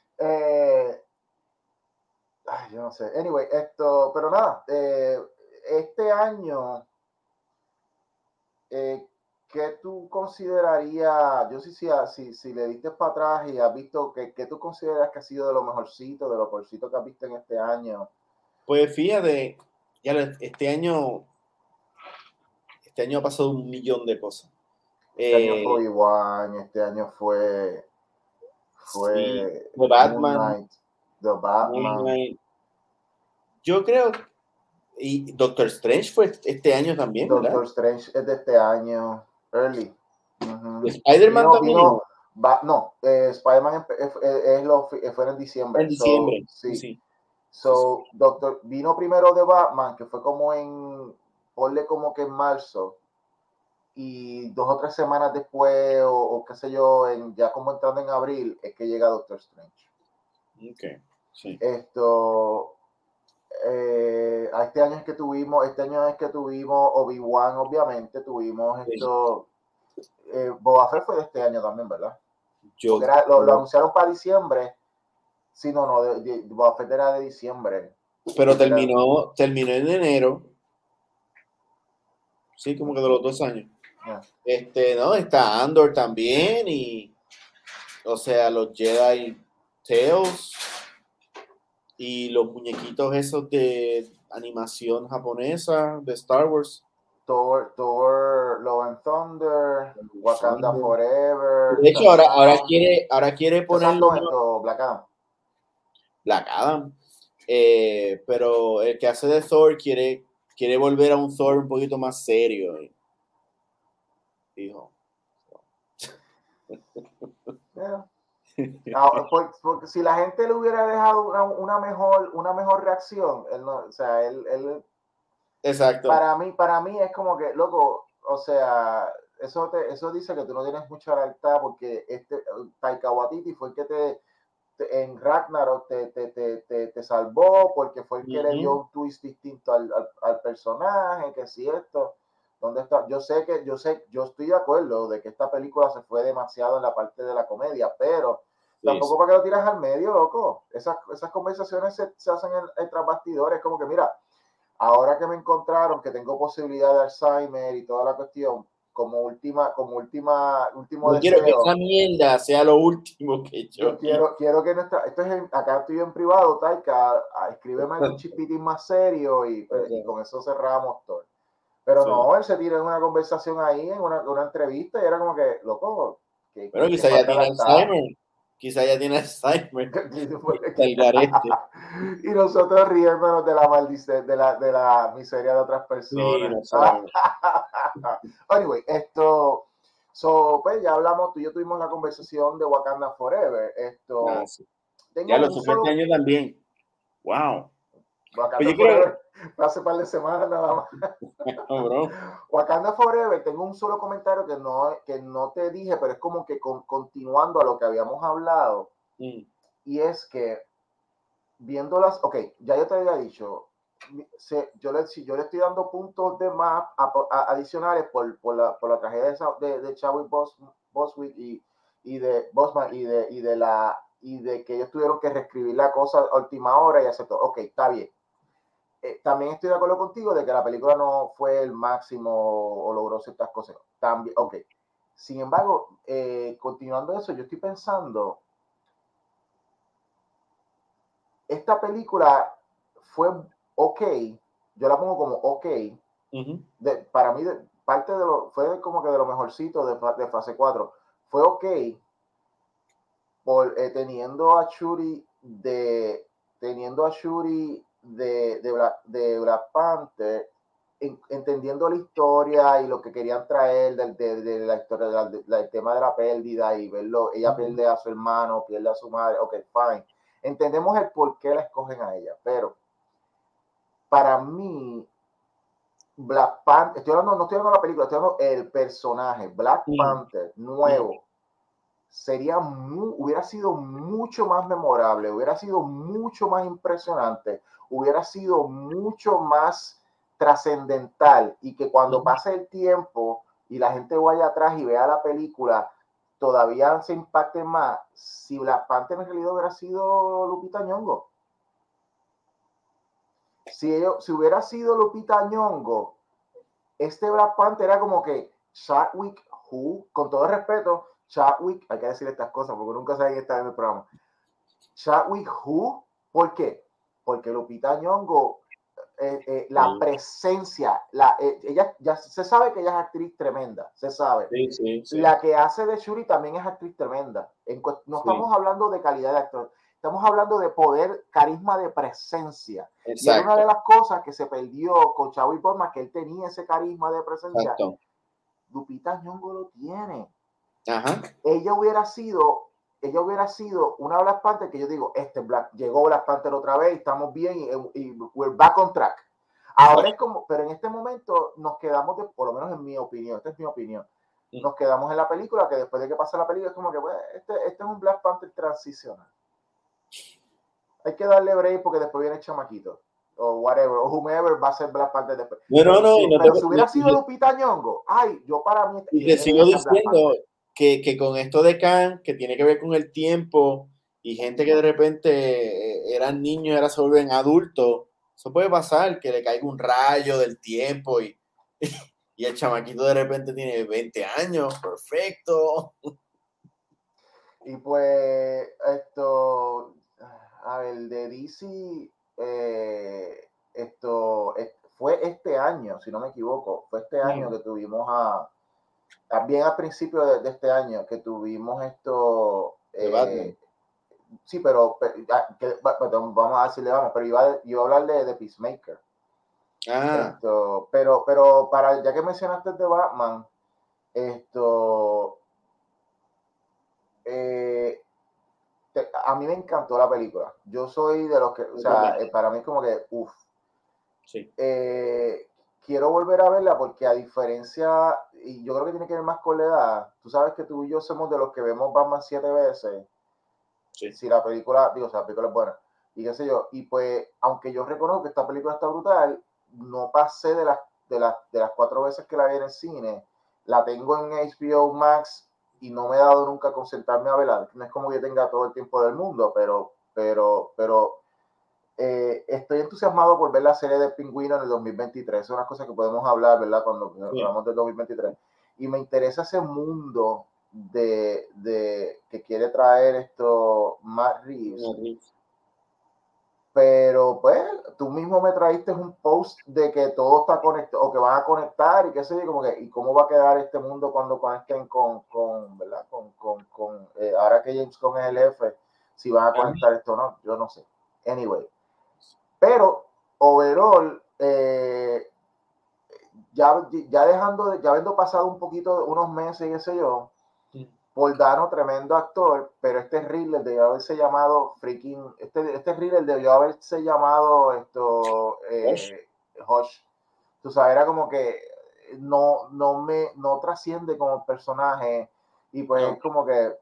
yo no sé. Anyway, pero nada, este año, ¿qué tú considerarías? Yo si le diste para atrás y has visto, ¿qué tú consideras que ha sido de lo mejorcito, de lo peorcito que has visto en este año? Pues fíjate, ya este año ha pasado un millón de cosas. Este año fue Obi-Wan, este año fue Sí, The Batman. Moon Knight, The Batman. Moon Knight. Yo creo, y Doctor Strange fue este año también, ¿verdad? Doctor Strange es de este año, early. Spider-Man también. No, Spider-Man fue en diciembre. En diciembre, sí. So, vino primero de Batman, que fue como ponle como que en marzo, y 2 o 3 semanas después, o qué sé yo, ya como entrando en abril, es que llega Doctor Strange. Okay, sí. Este año es que tuvimos Obi-Wan, obviamente, tuvimos esto. Boba Fett fue de este año también, ¿verdad? Porque lo anunciaron para diciembre. Sí, no, Boba Fett era de diciembre. Pero terminó en enero. Sí, como que de los 2 años. No, está Andor también o sea, los Jedi Tales y los muñequitos esos de animación japonesa de Star Wars. Thor, Love and Thunder, Wakanda Forever. De hecho, ahora quiere ponerlo Black Adam. Pero el que hace de Thor quiere volver a un Thor un poquito más serio. Dijo. Yeah. Porque si la gente le hubiera dejado una mejor reacción, él no, o sea, él Exacto. Para mí es como que, loco, o sea, eso dice que tú no tienes mucha lealtad, porque Taika Waititi fue el que en Ragnarok te salvó, porque fue el que le dio un twist distinto al personaje, que si esto, ¿dónde está? Yo estoy de acuerdo de que esta película se fue demasiado en la parte de la comedia, pero tampoco para que lo tiras al medio, loco. Esas conversaciones se hacen tras bastidores, como que mira, ahora que me encontraron que tengo posibilidad de Alzheimer y toda la cuestión, como último no quiero que esa mierda sea lo último que yo quiero que acá estoy en privado, Taika, escríbeme algún chispitín más serio y con eso cerramos todo. Pero no, él se tira en una conversación ahí, en una entrevista, y era como que, loco, pero quizá ya tiene Alzheimer. Quizá ya tiene Alzheimer. Y nosotros riéndonos de la maldición, de la miseria de otras personas. Sí, anyway, pues ya hablamos, tú y yo tuvimos la conversación de Wakanda Forever. Sí. Ya lo supe este año también. Wow. Wakanda Forever hace un par de semanas nada más. No, bro. Wakanda Forever, tengo un solo comentario que no te dije, pero es como que continuando a lo que habíamos hablado. Y es que viéndolas, ok, ya yo te había dicho, yo le estoy dando puntos de más adicionales por la tragedia de Chadwick Boswick y de Bosman y de que ellos tuvieron que reescribir la cosa a última hora y hacer todo. Ok, está bien. También estoy de acuerdo contigo de que la película no fue el máximo o logró ciertas cosas. También, ok. Sin embargo, continuando eso, yo estoy pensando, esta película fue ok, yo la pongo como ok, para mí fue como que de lo mejorcito de fase 4, fue ok, teniendo a Shuri de Black Panther, entendiendo la historia y lo que querían traer de la historia del tema de la pérdida y verlo, ella pierde a su hermano, pierde a su madre, ok, fine, entendemos el por qué la escogen a ella, pero para mí Black Panther, no estoy hablando de la película, estoy hablando del personaje Black Panther nuevo, hubiera sido mucho más memorable, hubiera sido mucho más impresionante, hubiera sido mucho más trascendental, y que cuando pase el tiempo y la gente vaya atrás y vea la película, todavía se impacte más si Black Panther en realidad hubiera sido Lupita Nyong'o. Si hubiera sido Lupita Nyong'o, este Black Panther era como que Chadwick Who, con todo respeto, Chadwick, hay que decir estas cosas porque nunca saben estar en el programa. Chadwick Who, ¿por qué? Porque Lupita Nyong'o, la presencia, ella ya se sabe que ella es actriz tremenda, se sabe. Sí. La que hace de Shuri también es actriz tremenda. No estamos hablando de calidad de actor, estamos hablando de poder, carisma de presencia. Exacto. Y era una de las cosas que se perdió con Chadwick Boseman, que él tenía ese carisma de presencia. Exacto. Lupita Nyong'o lo tiene. Ajá. Ella hubiera sido una Black Panther que yo digo, llegó Black Panther otra vez, estamos bien y we're back on track. Ahora es como, pero en este momento nos quedamos, por lo menos en mi opinión, esta es mi opinión, nos quedamos en la película, que después de que pasa la película es como que, bueno, este es un Black Panther transicional. Hay que darle break porque después viene el chamaquito, o whatever, o whomever va a ser Black Panther después. Pero si hubiera sido Lupita Nyong'o, yo para mí... Y te sigo diciendo que con esto de Khan, que tiene que ver con el tiempo, y gente que de repente eran niños y ahora se vuelven adultos, eso puede pasar, que le caiga un rayo del tiempo y el chamaquito de repente tiene 20 años, perfecto. Y pues, a ver, de DC, fue este año, si no me equivoco, fue este año que tuvimos bien al principio de este año, que tuvimos sí, pero vamos a decirle, pero iba a hablar de Peacemaker. Pero ya que mencionaste de Batman, a mí me encantó la película. Yo soy de los que, o sea, para mí es como que, sí. Quiero volver a verla porque a diferencia, y yo creo que tiene que ver más con la edad, tú sabes que tú y yo somos de los que vemos Batman 7 veces. Sí. Si la película, o sea, la película es buena, y qué sé yo, y pues, aunque yo reconozco que esta película está brutal, no pasé de las 4 veces que la vi en el cine. La tengo en HBO Max y no me he dado nunca con sentarme a verla. No es como que tenga todo el tiempo del mundo, pero estoy entusiasmado por ver la serie de Pingüino en el 2023. Es una cosa que podemos hablar, ¿verdad? Cuando hablamos del 2023. Y me interesa ese mundo de que quiere traer Matt Reeves. Pero pues tú mismo me trajiste un post de que todo está conectado o que van a conectar y qué sé yo, como que, y cómo va a quedar este mundo cuando conecten con ¿verdad? Ahora que James Gunn es el jefe, si van a conectar esto o no, yo no sé. Anyway, pero overall, ya habiendo pasado un poquito, unos meses y qué sé yo, Paul Dano, tremendo actor, pero este Riddler debió haberse llamado este Riddler debió haberse llamado Hush. Tú sabes, era como que no trasciende como personaje, y pues es como que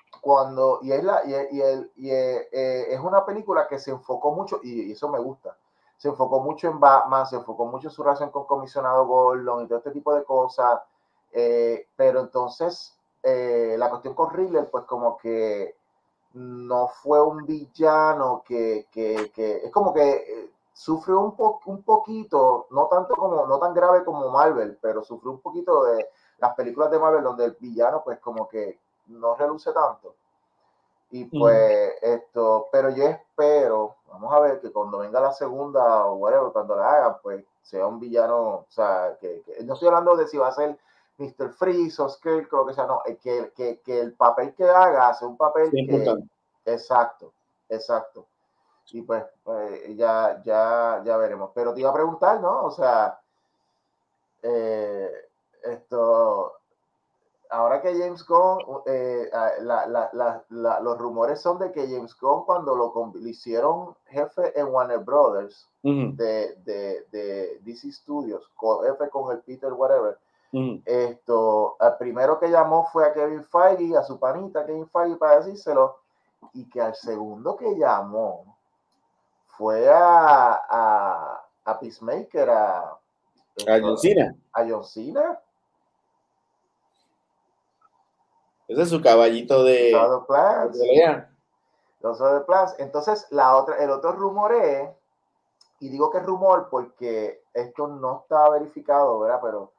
es una película que se enfocó mucho, y eso me gusta, se enfocó mucho en Batman, se enfocó mucho en su relación con Comisionado Gordon y todo este tipo de cosas, pero entonces la cuestión con Riddler, pues como que no fue un villano que es como que sufrió un poquito, no tan grave como Marvel, pero sufrió un poquito de las películas de Marvel donde el villano pues como que no reluce tanto. Y pues pero yo espero, vamos a ver que cuando venga la segunda o whatever, cuando la hagan, pues sea un villano, o sea, que no estoy hablando de si va a ser Mr. Freeze o Scarecrow, que sea, no, que el papel que haga sea un papel Sí, que, importante. exacto, y pues ya veremos, pero te iba a preguntar, ¿no? O sea, esto, ahora que James Gunn, los rumores son de que James Gunn cuando lo hicieron jefe en Warner Brothers de DC Studios, jefe con el Peter whatever, al primero que llamó fue a Kevin Feige, a su panita Kevin Feige para decírselo, y que al segundo que llamó fue a Peacemaker, A John Cena. a John Cena. Ese es su caballito de pelea. Los other plans. Entonces, el otro rumor es, y digo que es rumor porque esto no está verificado, ¿verdad? Pero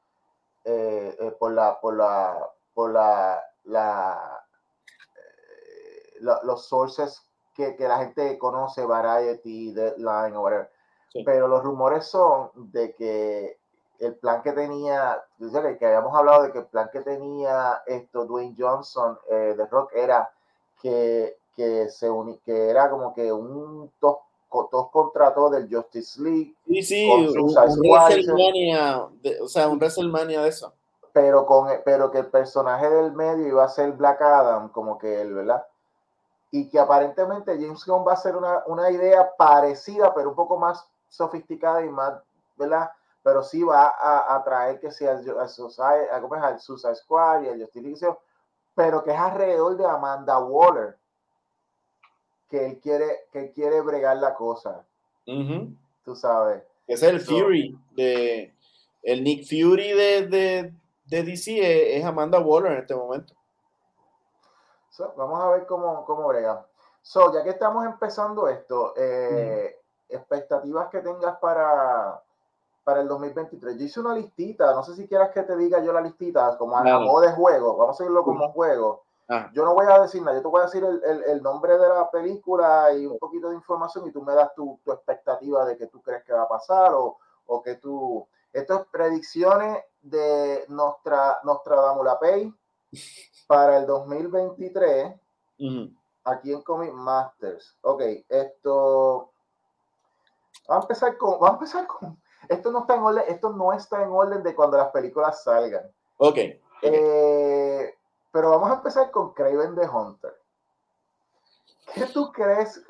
los sources que la gente conoce, Variety, Deadline o whatever. Sí. Pero los rumores son de que el plan que tenía, que habíamos hablado de que el plan que tenía Dwayne Johnson de Rock era que era como que un dos contratos del Justice League. Sí, un WrestleMania, o sea, un WrestleMania de eso. Pero que el personaje del medio iba a ser Black Adam, como que él, ¿verdad? Y que aparentemente James Gunn va a ser una idea parecida, pero un poco más sofisticada y más, ¿verdad? Pero sí va a traer que sea al Suicide Squad y al Justice League, pero que es alrededor de Amanda Waller, que él quiere bregar la cosa. Tú sabes. Es el Fury, el Nick Fury de DC es Amanda Waller en este momento. Vamos a ver cómo brega. Ya que estamos empezando esto, expectativas que tengas para el 2023. Yo hice una listita, no sé si quieras que te diga yo la listita, como a modo de juego, vamos a irlo como juego. Yo no voy a decir nada, yo te voy a decir el nombre de la película y un poquito de información y tú me das tu expectativa de que tú crees que va a pasar o que tú... Esto es predicciones de Nostradamus Lapey para el 2023 aquí en Comic Masters. Ok, esto... Vamos a empezar con esto no está en orden de cuando las películas salgan. Okay. Pero vamos a empezar con Kraven the Hunter. ¿Qué tú crees?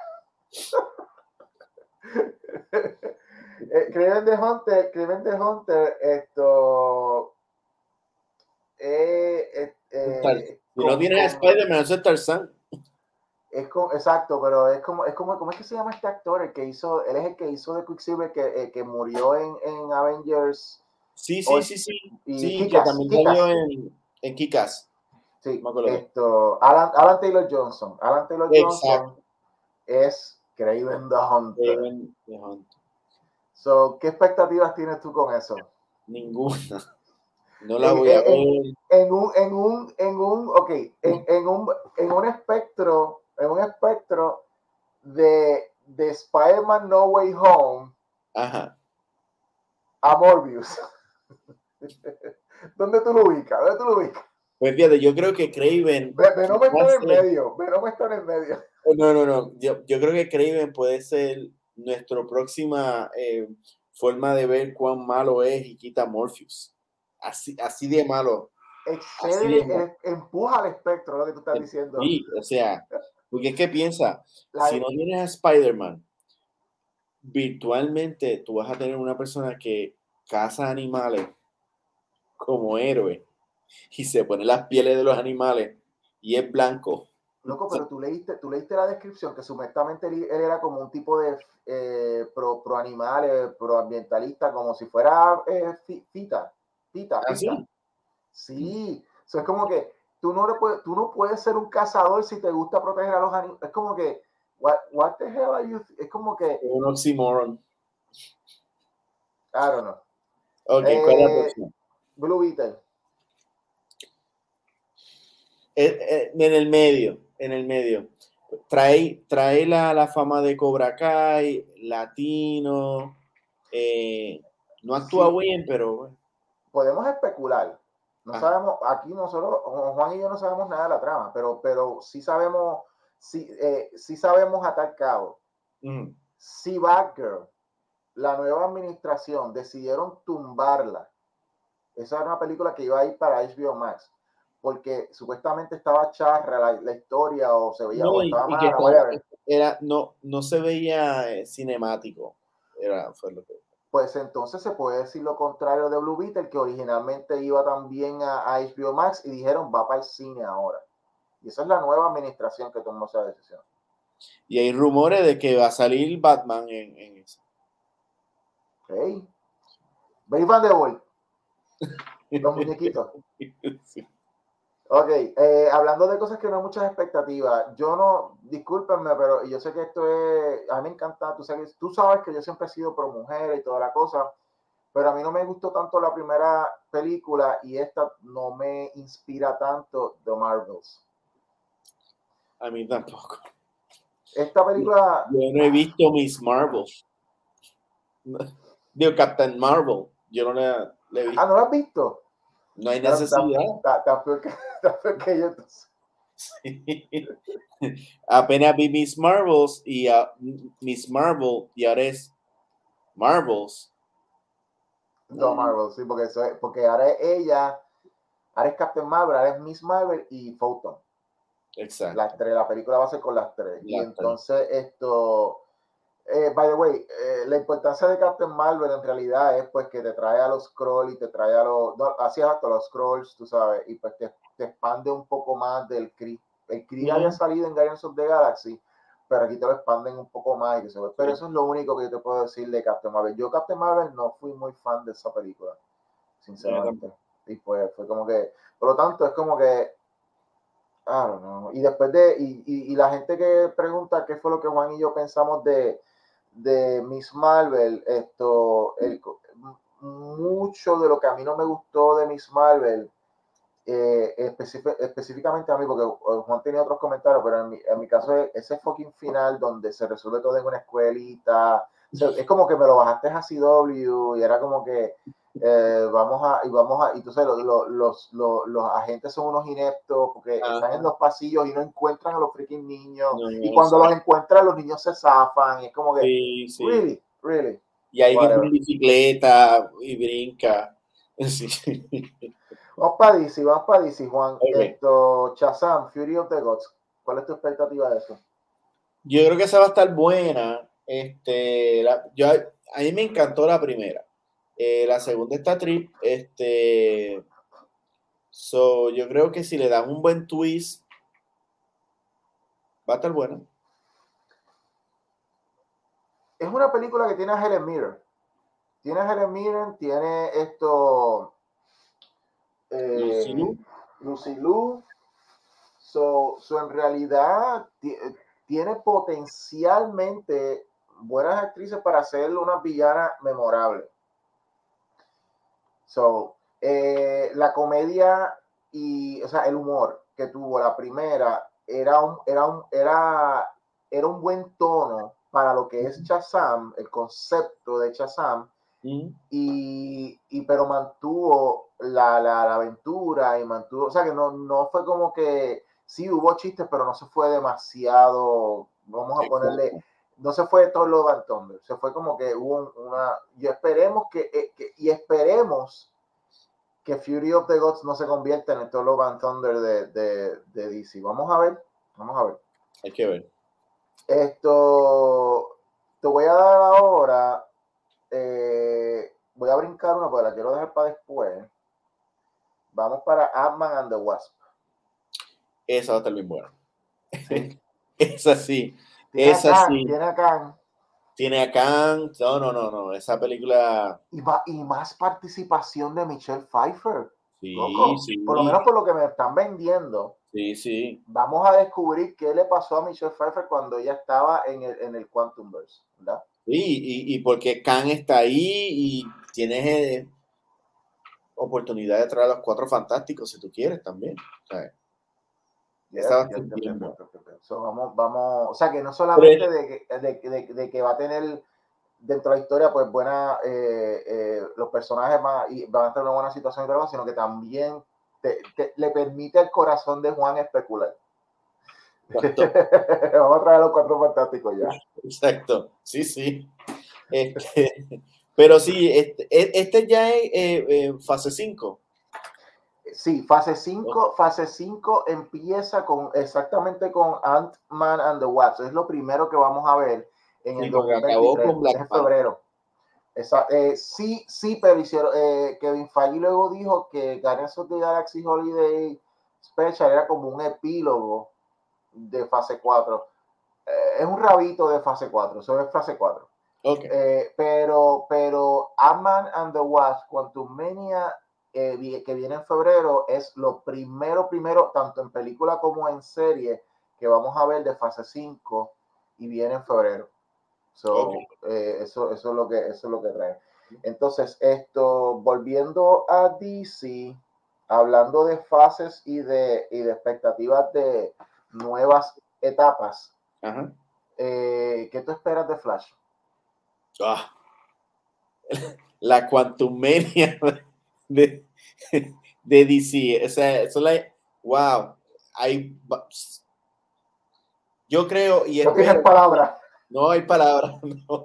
Kraven the Hunter, esto... si no tienes a Spider-Man, eso es Tarzan. Exacto, pero ¿cómo es que se llama este actor? Él es el que hizo de Quicksilver que murió en Avengers. Sí, y que también salió en Kick-Ass. Sí, Alan Taylor Johnson. Alan Taylor Johnson es Kraven the Hunter. ¿Qué expectativas tienes tú con eso? Ninguna. No la voy a ver. En un espectro de Spider-Man No Way Home. Ajá. A Morbius. ¿Dónde tú lo ubicas? Pues fíjate, yo creo que Kraven... Venom está en el medio. No. Yo creo que Kraven puede ser nuestra próxima forma de ver cuán malo es y quita Morpheus. Así de malo. Empuja al espectro, lo que tú estás diciendo. Sí, o sea, porque es que piensa, si no tienes a Spider-Man, virtualmente tú vas a tener una persona que caza animales como héroe y se pone las pieles de los animales y es blanco. Loco, pero tú leíste la descripción que supuestamente él era como un tipo de pro animales, pro ambientalista, como si fuera Pita. Sí, eso es como que tú no puedes ser un cazador si te gusta proteger a los animales. Es como que, what the hell are you? Es como que... Un oxymoron. I don't know. Ok, ¿cuál es la próxima? Blue Beetle. En el medio. trae la fama de Cobra Kai, latino, no actúa Sí, bien, pero podemos especular. No ajá. sabemos, aquí nosotros, Juan y yo no sabemos nada de la trama, pero sí sabemos a tal cabo. Mm. Si Batgirl, la nueva administración, decidieron tumbarla, esa era una película que iba a ir para HBO Max, porque supuestamente estaba charra la historia, o se veía, No, o estaba y que mala, whatever. no se veía cinemático. Fue lo que. Pues entonces se puede decir lo contrario de Blue Beetle, que originalmente iba también a HBO Max y dijeron va para el cine ahora. Y esa es la nueva administración que tomó esa decisión. Y hay rumores de que va a salir Batman en eso. Ok. Brave and the Bold, los muñequitos. Sí. Ok, hablando de cosas que no hay muchas expectativas, yo no, discúlpenme, pero yo sé que esto es, a mí me encanta, tú sabes que yo siempre he sido pro mujer y toda la cosa, pero a mí no me gustó tanto la primera película y esta no me inspira tanto The Marvels. A mí tampoco. Esta película, Yo no he visto Miss Marvel. Digo, Captain Marvel. Yo no la he ¿no visto. la has visto? No hay necesidad. Está peor que yo entonces. Apenas vi Miss Marvels y Miss Marvel y ahora es Marvels. The Marvels, sí, porque ahora es ella, ahora es Captain Marvel, ahora es Miss Marvel y Photon. Las Exacto. tres, la película va a ser con las tres. Y La tres. entonces by the way, la importancia de Captain Marvel en realidad es pues que te trae a los Skrulls y te trae a los, no, así exacto, los Skrulls, tú sabes, y pues te expande un poco más del Kree. El Kree había salido en Guardians of the Galaxy, pero aquí te lo expanden un poco más. Pero eso es lo único que yo te puedo decir de Captain Marvel. Yo Captain Marvel no fui muy fan de esa película, sinceramente. Y pues fue como que, por lo tanto, es como que I don't know. Y después y la gente que pregunta qué fue lo que Juan y yo pensamos de Miss Marvel, mucho de lo que a mí no me gustó de Miss Marvel, específicamente a mí, porque Juan tenía otros comentarios, pero en mi caso ese fucking final donde se resuelve todo en una escuelita, es como que me lo bajaste a CW y era como que y entonces los agentes son unos ineptos porque están en los pasillos y no encuentran a los freaking niños, No, y no, cuando los exacto. encuentran los niños se zafan, y es como que, Sí, sí. really, Y alguien whatever. en bicicleta y brinca. Sí. Vamos para DC, Juan. Okay. Shazam, Fury of the Gods. ¿Cuál es tu expectativa de eso? Yo creo que esa va a estar buena. A mí me encantó la primera. La segunda está trip. Yo creo que si le dan un buen twist, va a estar buena. Es una película que tiene a Helen Mirren. Tiene a Helen Mirren, tiene Lucy eh, Liu. Lucy Liu. En realidad tiene potencialmente buenas actrices para hacer una villana memorable. La comedia o sea, el humor que tuvo la primera era un buen tono para lo que es Shazam, el concepto de Shazam, pero mantuvo la aventura y mantuvo, o sea que no fue como que, sí hubo chistes, pero no se fue demasiado, vamos a ponerle, Exacto. no se fue todo lo Van Thunder, se fue como que hubo y esperemos esperemos que Fury of the Gods no se convierta en el Thor Love and Thunder de DC. Vamos a ver, vamos a ver. Hay que ver. Te voy a dar ahora, voy a brincar una porque la quiero dejar para después. Vamos para Ant-Man and the Wasp. Esa va a estar bien buena. Sí. Esa sí. Tiene a Esa Khan, sí. tiene a Khan. Tiene a Khan. No, no, no, no. Esa película. Y más participación de Michelle Pfeiffer. Sí, Loco, por lo sí. menos por lo que me están vendiendo. Sí, sí. Vamos a descubrir qué le pasó a Michelle Pfeiffer cuando ella estaba en el Quantumverse, ¿verdad? Sí, y porque Khan está ahí y tienes oportunidad de traer a los Cuatro Fantásticos si tú quieres también. ¿Sabes? bien bueno. So, vamos, o sea que no Pero solamente de que va a tener dentro de la historia, pues buena, los personajes van a estar en una buena situación y todo, sino que también le permite al corazón de Juan especular. Vamos a traer a los Cuatro Fantásticos ya. Exacto, sí. Pero sí, este ya es fase 5. Sí, fase 5 empieza exactamente con Ant-Man and the Wasp. Es lo primero que vamos a ver en Sí, el porque acabó 2023, con Black es Panther. febrero. Sí, pero hicieron, Kevin Feige luego dijo que Guardians of the Galaxy Holiday Special era como un epílogo de fase 4. Es un rabito de fase 4, eso es fase 4. Okay. Pero Ant-Man and the Wasp, Quantumania, que viene en febrero, es lo primero, tanto en película como en serie, que vamos a ver de fase 5 y viene en febrero. So, Okay. eso es lo que trae. Entonces, volviendo a DC, hablando de fases y de expectativas de nuevas etapas, Ajá. ¿qué tú esperas de Flash? La Quantumania de DC. O sea, eso wow. Yo creo y No tienes espero. palabras. No hay palabras. No.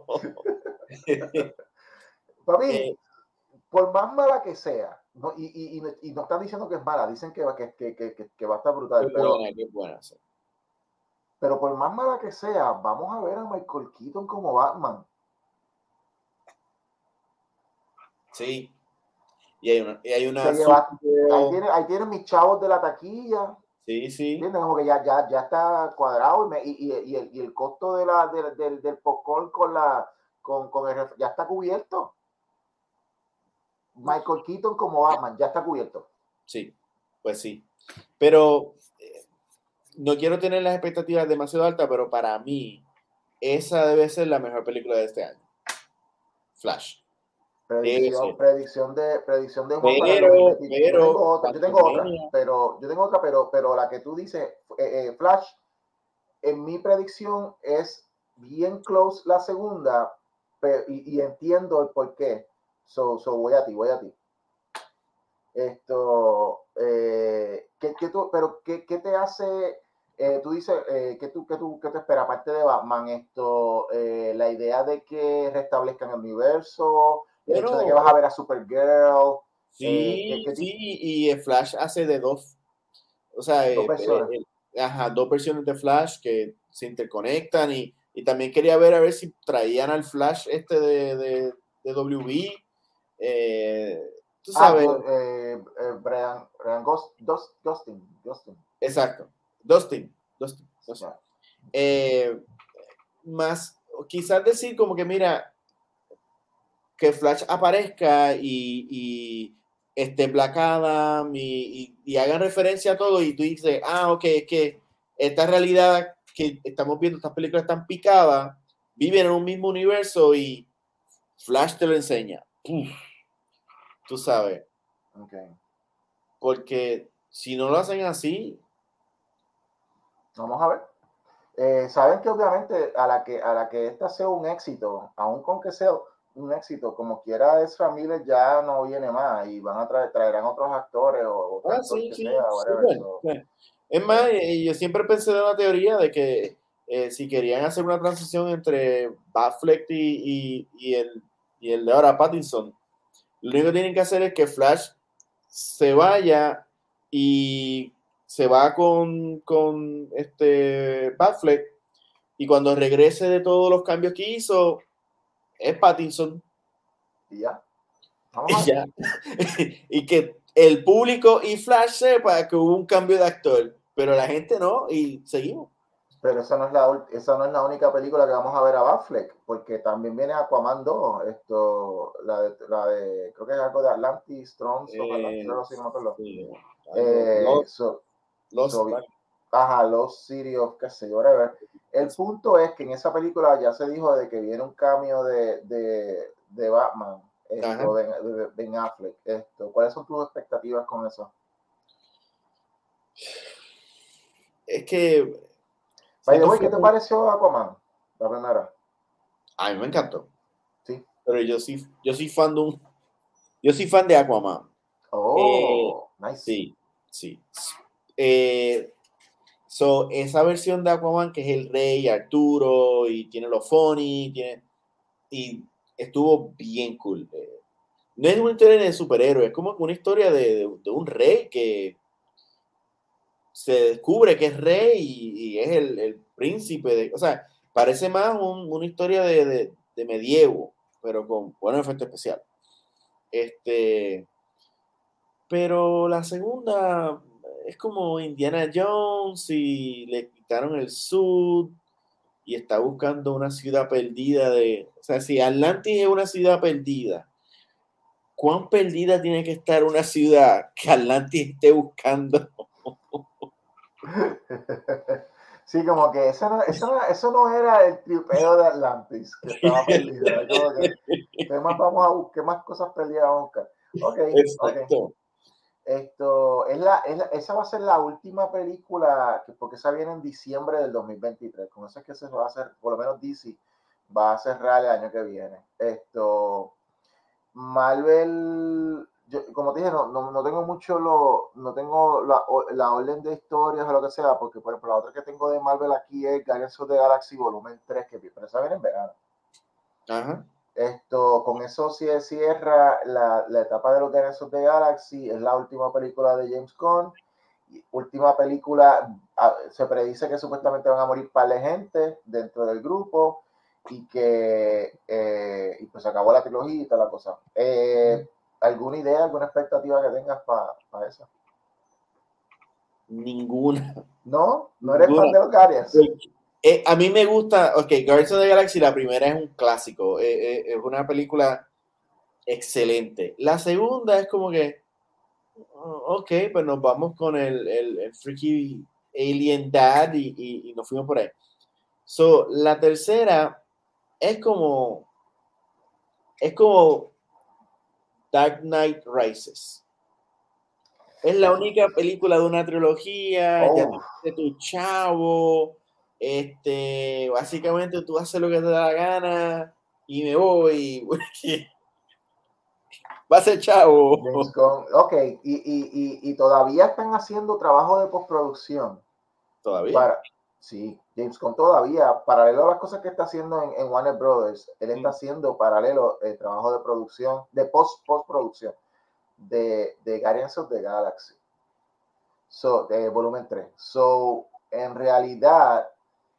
Papi, por más mala que sea, no, y no están diciendo que es mala, dicen que va a estar brutal, Qué buena. Sí. Pero por más mala que sea, vamos a ver a Michael Keaton como Batman. Sí. Y hay una Ahí tienen mis chavos de la taquilla. Sí. ¿Entiendes? Como que ya está cuadrado y el costo del popcorn ya está cubierto. Michael Keaton como Batman ya está cubierto. Sí, pues sí. Pero no quiero tener las expectativas demasiado altas, pero para mí esa debe ser la mejor película de este año. Flash. Predicción de Juan para el Pero, 2020. Yo pero, tengo otra, pero la que tú dices, Flash, en mi predicción es bien close la segunda, y entiendo el por qué. So voy a ti. ¿Qué te hace? Tú dices, ¿qué te espera? Aparte de Batman, la idea de que restablezcan el universo, el hecho de que vas a ver a Supergirl. Sí, y el Flash hace de dos. O sea, Dos versiones. dos versiones de Flash que se interconectan y también quería ver a ver si traían al Flash de WB. Tú sabes. Brian Dustin. Exacto. Dustin. Yeah. Más, quizás decir como que mira, que Flash aparezca y esté Black Adam y hagan referencia a todo y tú dices, ok, es que esta realidad que estamos viendo, estas películas están picadas, viven en un mismo universo y Flash te lo enseña. Uf, tú sabes. Okay. Porque si no lo hacen así... Vamos a ver. Saben que obviamente a la que esta sea un éxito, aun con que sea un éxito, como quiera Ezra Miller ya no viene más y van a traerán otros actores o otro actor sí, que sí, sea, sí, whatever. bueno. Es más, yo siempre pensé en una teoría de que si querían hacer una transición entre Batfleck y el de ahora Pattinson, lo único que tienen que hacer es que Flash se vaya y se va con Batfleck y cuando regrese de todos los cambios que hizo, es Pattinson. Y ya. Y ya. Y que el público y Flash sepa que hubo un cambio de actor, pero la gente no, y seguimos. Pero esa no es la única película que vamos a ver a Batfleck, porque también viene Aquaman 2, creo que es algo de Atlantis, Trons of Atlantis, algo así, no me acuerdo. Sí, Los City of, qué sé yo, whatever. El punto es que en esa película ya se dijo de que viene un cambio de Batman, de Ben Affleck. ¿Cuáles son tus expectativas con eso? es que... By the way, ¿qué te pareció Aquaman? La primera. A mí me encantó. Sí. Pero yo soy fan de Aquaman. Oh, nice. Sí. Esa versión de Aquaman que es el rey Arturo y tiene los funny, y estuvo bien cool. No es una historia de superhéroes, es como una historia de un rey que se descubre que es rey y es el príncipe o sea, parece más una historia de medievo, pero con buen efecto especial. Pero la segunda es como Indiana Jones y le quitaron el sud y está buscando una ciudad perdida o sea, si Atlantis es una ciudad perdida, ¿cuán perdida tiene que estar una ciudad que Atlantis esté buscando? Sí, como que eso no era el tripeo de Atlantis que estaba perdido. Como que, ¿qué más cosas perdidas vamos a buscar? Ok. Exacto. Esa va a ser la última película, porque esa viene en diciembre del 2023. Con eso es que se va a hacer, por lo menos DC, va a cerrar el año que viene. Marvel, como te dije, no tengo mucho no tengo la orden de historias o lo que sea, porque por ejemplo la otra que tengo de Marvel aquí es Guardians of the Galaxy Volumen 3, pero esa viene en verano. Ajá. Con eso se cierra la etapa de los Guardians of the Galaxy, es la última película de James Gunn. Última película, se predice que supuestamente van a morir par de gente dentro del grupo y que y pues acabó la trilogía y toda la cosa. ¿Alguna idea, alguna expectativa que tengas para eso? Ninguna. ¿No? ¿No eres fan de los Guardians? A mí me gusta, Guardians of the Galaxy, la primera es un clásico, es una película excelente. La segunda es como que, ok, pues nos vamos con el freaky alien dad y nos fuimos por ahí. La tercera es como Dark Knight Rises. Es la única película de una trilogía, ya tienes tu chavo, básicamente tú haces lo que te da la gana y me voy, porque va a ser chavo. James Gunn, ok, y todavía están haciendo trabajo de postproducción. Todavía. Sí, James Gunn todavía, paralelo a las cosas que está haciendo en Warner Brothers, él está haciendo paralelo el trabajo de producción, de postproducción de Guardians of the Galaxy. De volumen 3. En realidad,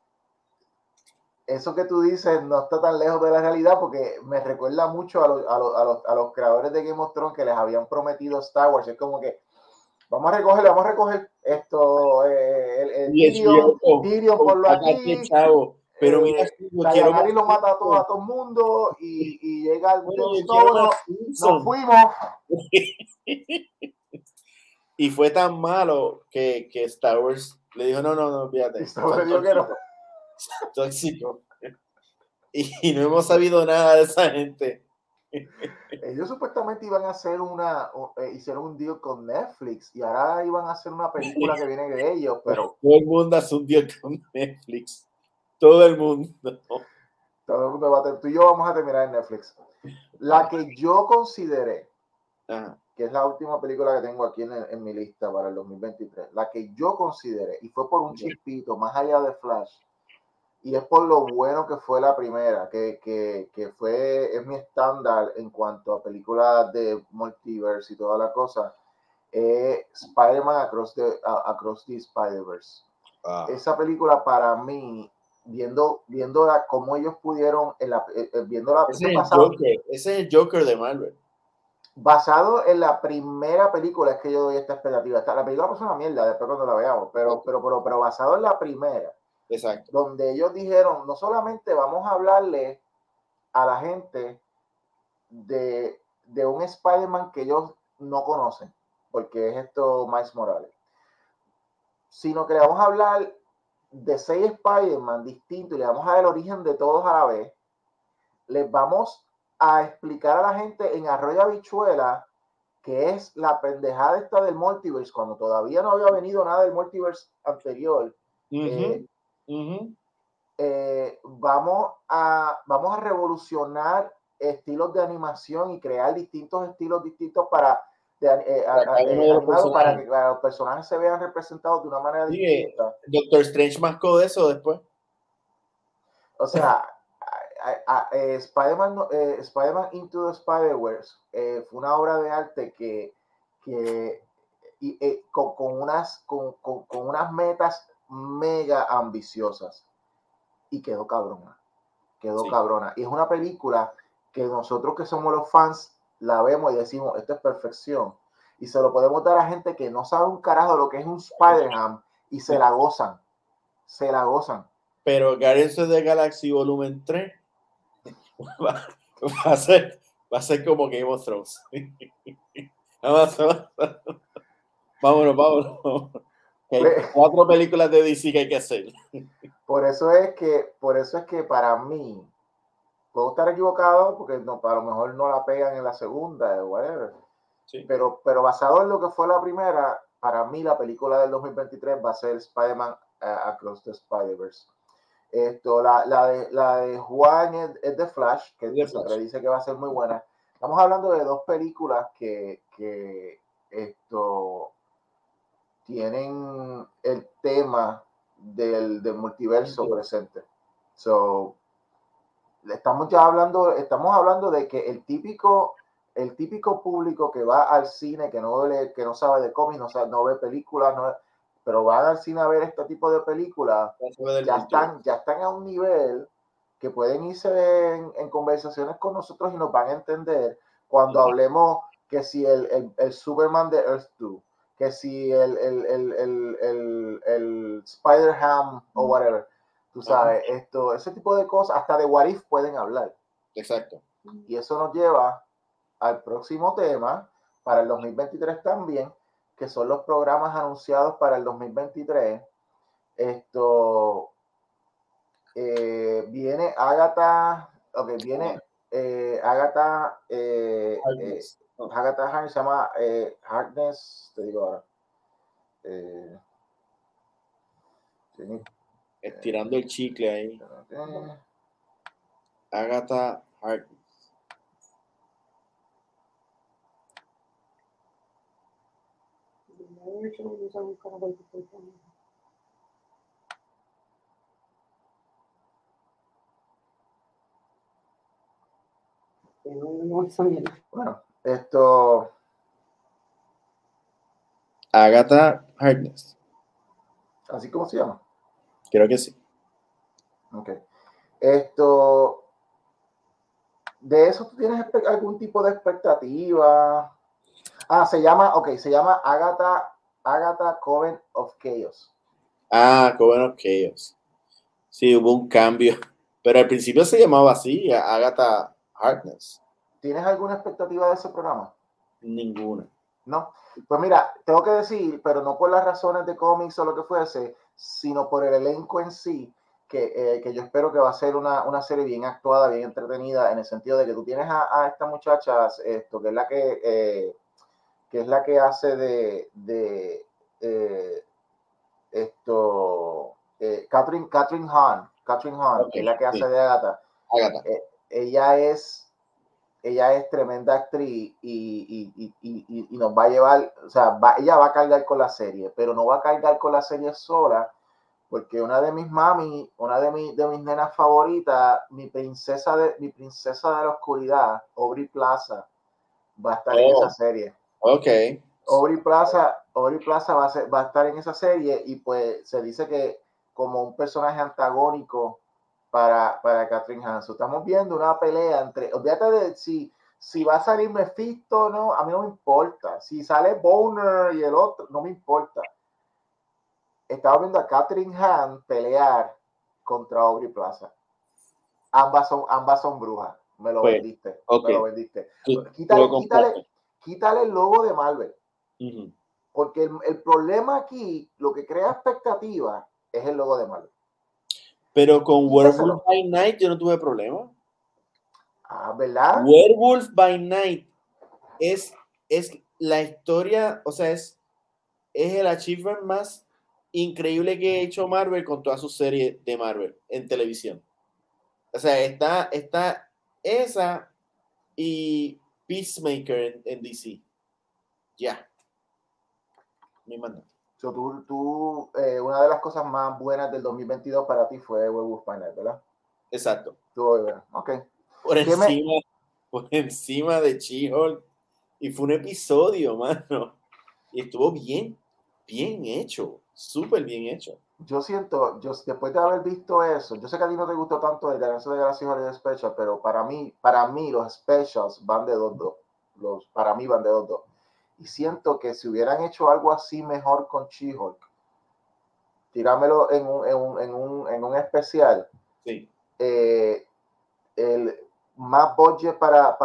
eso que tú dices no está tan lejos de la realidad porque me recuerda mucho a los creadores de Game of Thrones que les habían prometido Star Wars. Es como que vamos a recoger esto, el Tyrion por lo aquí. Chavo. Pero mira, Dayanari lo mata a todo el mundo y llega el Jon Snow, nos fuimos. Y fue tan malo que Star Wars le dijo, no, fíjate. Star Wars le dijo que no. Tóxico. Y no hemos sabido nada de esa gente. Ellos supuestamente iban a hacer hicieron un deal con Netflix y ahora iban a hacer una película que viene de ellos, pero... Todo el mundo hace un deal con Netflix. Todo el mundo. Todo el mundo tú y yo vamos a terminar en Netflix. La que yo consideré, que es la última película que tengo aquí en mi lista para el 2023, la que yo consideré, y fue por un chispito, más allá de Flash, y es por lo bueno que fue la primera, que es mi estándar en cuanto a películas de multiverse y toda la cosa, Spider-Man Across the Spider-Verse. Esa película para mí, viéndola cómo ellos pudieron, viéndola, ese es el Joker de Marvel. Basado en la primera película es que yo doy esta expectativa. La película es una mierda después cuando la veamos, pero basado en la primera. Exacto. Donde ellos dijeron, no solamente vamos a hablarle a la gente de un Spider-Man que ellos no conocen, porque es Miles Morales, sino que le vamos a hablar de 6 Spider-Man distintos y le vamos a dar el origen de todos a la vez. Les vamos a explicar a la gente en arroyo habichuela que es la pendejada esta del multiverse, cuando todavía no había venido nada del multiverse anterior. Vamos a revolucionar estilos de animación y crear distintos estilos distintos para animados para que los personajes se vean representados de una manera distinta. Doctor Strange mascó de eso después. O sea, Spider-Man Into the Spider-Verse fue una obra de arte con unas metas mega ambiciosas y quedó cabrona. Cabrona. Y es una película que nosotros que somos los fans la vemos y decimos, esto es perfección. Y se lo podemos dar a gente que no sabe un carajo de lo que es un Spider-Man y se la gozan. Pero Guardians of the Galaxy Volumen 3 va a ser como Game of Thrones. Vámonos. Hay 4 películas de DC que hay que hacer. Por eso es que para mí, puedo estar equivocado porque a lo mejor no la pegan en la segunda, whatever. Sí. Pero basado en lo que fue la primera, para mí la película del 2023 va a ser Spider-Man Across the Spider-Verse. La de Juan es The Flash, que se predice que va a ser muy buena. Estamos hablando de 2 películas que tienen el tema del multiverso presente. So, estamos hablando de que el típico público que va al cine, que no sabe de cómics, no ve películas, pero van al cine a ver este tipo de películas, ya están a un nivel que pueden irse en conversaciones con nosotros y nos van a entender cuando hablemos que si el Superman de Earth 2, que si el Spider-Ham o whatever, tú sabes, ese tipo de cosas, hasta de What If pueden hablar. Exacto. Y eso nos lleva al próximo tema para el 2023 también, que son los programas anunciados para el 2023. Viene Agatha, Agatha Harkness, se llama Harkness, te digo ahora. Estirando el chicle ahí. Agatha Harkness. Bueno, Agatha Harkness. ¿Así como se llama? Creo que sí. Ok. ¿De eso tú tienes algún tipo de expectativa? Se llama Agatha Coven of Chaos. Coven of Chaos. Sí, hubo un cambio. Pero al principio se llamaba así, Agatha Harkness. ¿Tienes alguna expectativa de ese programa? Ninguna. No. Pues mira, tengo que decir, pero no por las razones de cómics o lo que fuese, sino por el elenco en sí, que yo espero que va a ser una serie bien actuada, bien entretenida, en el sentido de que tú tienes a esta muchacha, que es la que hace de Catherine Hahn, okay, que es la que hace de Agatha. Ella es tremenda actriz y nos va a llevar, o sea, ella va a cargar con la serie, pero no va a cargar con la serie sola, porque una de mis mami, una de mis nenas favoritas, mi princesa de la oscuridad, Aubrey Plaza, va a estar en esa serie. Okay. Aubrey Plaza va a estar en esa serie y pues se dice que como un personaje antagónico para Catherine Hahn. Estamos viendo una pelea entre, olvídate de si va a salir Mephisto o no, a mí no me importa. Si sale Boner y el otro, no me importa. Estamos viendo a Catherine Hahn pelear contra Aubrey Plaza. Ambas son brujas. Me lo vendiste. Okay. Me lo vendiste. Quítale el logo de Marvel. Uh-huh. Porque el problema aquí, lo que crea expectativa, es el logo de Marvel. Pero con Werewolf by Night yo no tuve problema. ¿Verdad? Werewolf by Night es la historia, o sea, es el achievement más increíble que ha hecho Marvel con toda su serie de Marvel en televisión. O sea, está esa y Peacemaker en DC. Ya, me manda. So, una de las cosas más buenas del 2022 para ti fue Werewolf by Night, ¿verdad? Exacto. Estuvo bien. Ok. Por ¿Qué me, encima, por encima de She-Hulk. Y fue un episodio, mano. Y estuvo bien hecho. Súper bien hecho. yo siento, después de haber visto eso, yo sé que a ti no te gustó tanto el Guardianes de la Galaxia Holiday Special, pero para mí los specials van de 2-2. Para mí van de 2-2. Y siento que si hubieran hecho algo así mejor con She-Hulk, tirámelo en un especial, Sí. eh, el más budget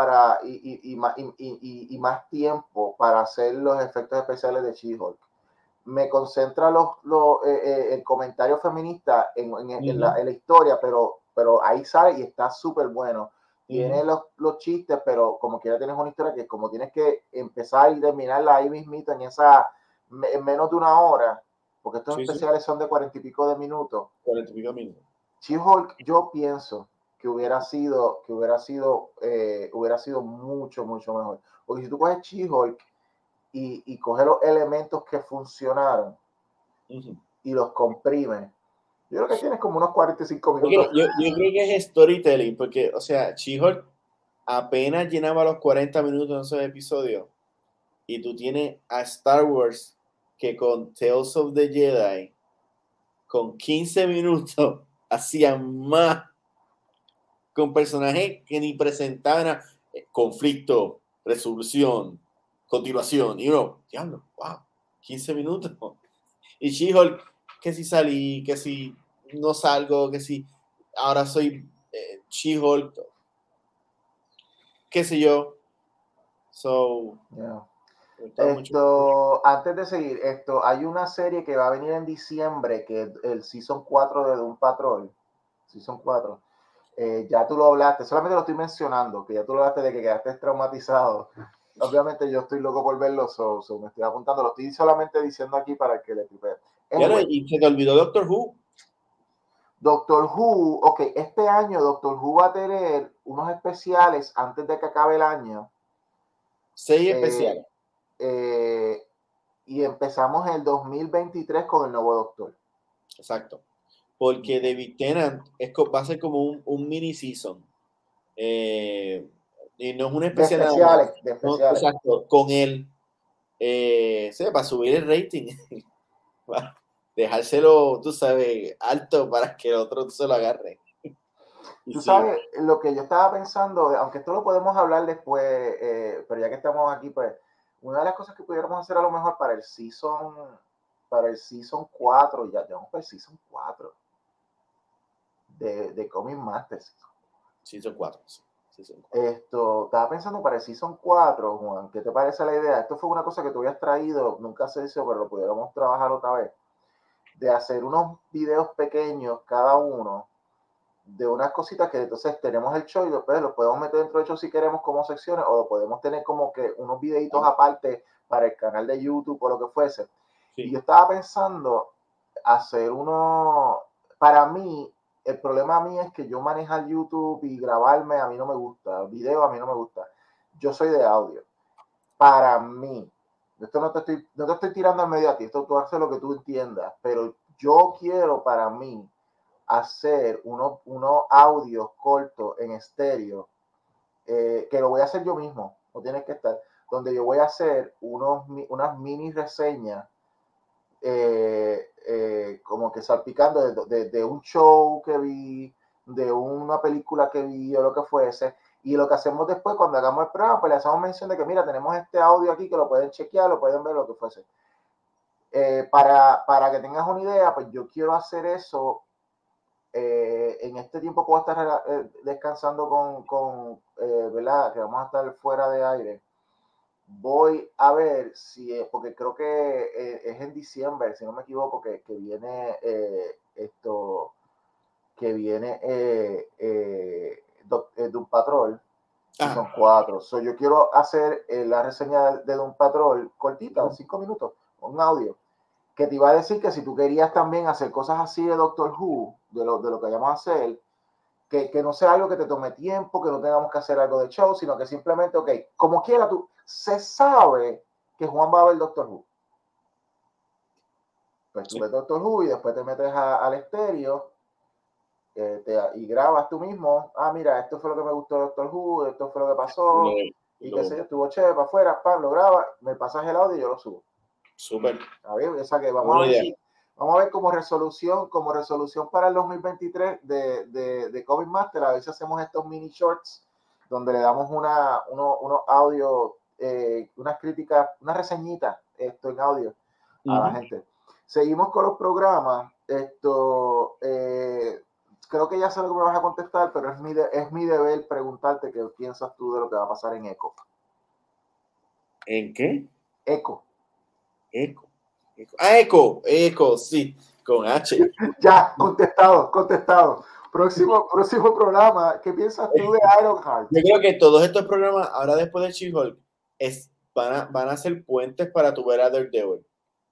y más tiempo para hacer los efectos especiales de She-Hulk. Me concentra el comentario feminista en la historia, pero ahí sale y está súper bueno. Tiene los chistes, pero como quiera tienes una historia que como tienes que empezar y terminarla ahí mismito en menos de una hora, porque estos Sí, sí. especiales son de 40 y pico de minutos. 40 minutos. She-Hulk, yo pienso que hubiera sido mucho, mucho mejor. Porque si tú coges She-Hulk y coges los elementos que funcionaron y los comprimes, yo creo que tienes como unos 45 Porque minutos. yo creo que es storytelling, porque, o sea, She-Hulk apenas llenaba los 40 minutos en esos episodios. Y tú tienes a Star Wars que con Tales of the Jedi, con 15 minutos, hacían más con personajes que ni presentaban conflicto, resolución, continuación. Y uno, diablo, wow, 15 minutos. Y She-Hulk, que si salí, que si no salgo, que si ahora soy She-Hulk, qué sé yo. So, Yeah. me gustaba mucho. Antes de seguir, hay una serie que va a venir en diciembre, que es el Season 4 de Doom Patrol. Season 4. Ya tú lo hablaste, solamente lo estoy mencionando, que ya tú lo hablaste de que quedaste traumatizado. Obviamente yo estoy loco por verlo, me estoy apuntando, lo estoy solamente diciendo aquí para que le tripe. Anyway, Y se te olvidó Doctor Who. Doctor Who, ok, este año Doctor Who va a tener unos especiales antes de que acabe el año. 6 eh, especiales. eh, y empezamos el 2023 con el nuevo Doctor. Exacto. Porque Okay. David Tennant va a ser como un mini season. Y no es un De especial nada más. especiales, de No, especiales. exacto, con él. Sí, para subir el rating. Para dejárselo, tú sabes, alto para que el otro se lo agarre. Y Tú sí. sabes, lo que yo estaba pensando, aunque esto lo podemos hablar después, pero ya que estamos aquí, pues, una de las cosas que pudiéramos hacer a lo mejor para el season 4, ya vamos para el season 4 de Comic Masters. Season 4. Sí, season 4. Estaba pensando para el Season 4, Juan, ¿qué te parece la idea? Esto fue una cosa que tú habías traído, nunca se hizo, pero lo pudiéramos trabajar otra vez, de hacer unos videos pequeños cada uno, de unas cositas que entonces tenemos el show y después lo podemos meter dentro del show si queremos como secciones, o lo podemos tener como que unos videitos aparte para el canal de YouTube o lo que fuese. Y Sí. yo estaba pensando hacer uno, para mí, el problema a mí es que yo manejar YouTube y grabarme a mí no me gusta, video a mí no me gusta. Yo soy de audio. Para mí, esto no te estoy tirando al medio a ti, esto tú haces lo que tú entiendas, pero yo quiero para mí hacer unos audios cortos en estéreo, que lo voy a hacer yo mismo, no tienes que estar, donde yo voy a hacer unas mini reseñas, como que salpicando de un show que vi, de una película que vi o lo que fuese. Y lo que hacemos después, cuando hagamos el programa, pues le hacemos mención de que, mira, tenemos este audio aquí que lo pueden chequear, lo pueden ver, lo que fuese. Para que tengas una idea, pues yo quiero hacer eso en este tiempo que voy a estar descansando ¿verdad? Que vamos a estar fuera de aire. Voy a ver si, porque creo que es en diciembre, si no me equivoco, que viene que viene Doom Patrol. Season 4. So, yo quiero hacer la reseña de Doom Patrol cortita, 5 minutos, un audio, que te iba a decir que si tú querías también hacer cosas así de Doctor Who, de lo que vayamos a hacer, que no sea algo que te tome tiempo, que no tengamos que hacer algo de show, sino que simplemente, ok, como quiera tú, se sabe que Juan va a ver Doctor Who. Pues tú ves Doctor Who y después te metes al estéreo y grabas tú mismo. Ah, mira, esto fue lo que me gustó de Doctor Who, esto fue lo que pasó, y qué sé yo, estuvo chévere para afuera, pan, lo grabas, me pasas el audio y yo lo subo. Súper. A ver, o sea que vamos a ver si, vamos a ver como resolución para el 2023 de Comic Master, a ver si hacemos estos mini shorts donde le damos unos audios, unas críticas, una reseñita esto en audio a la gente. Seguimos con los programas. Creo que ya sé lo que me vas a contestar, pero es mi deber preguntarte qué piensas tú de lo que va a pasar en Echo. ¿En qué? Echo. Ah, Echo, sí, con H. Ya, contestado. Próximo programa, ¿qué piensas tú de Ironheart? Yo creo que todos estos programas, ahora después de She-Hulk, van a ser puentes para tu ver a Daredevil.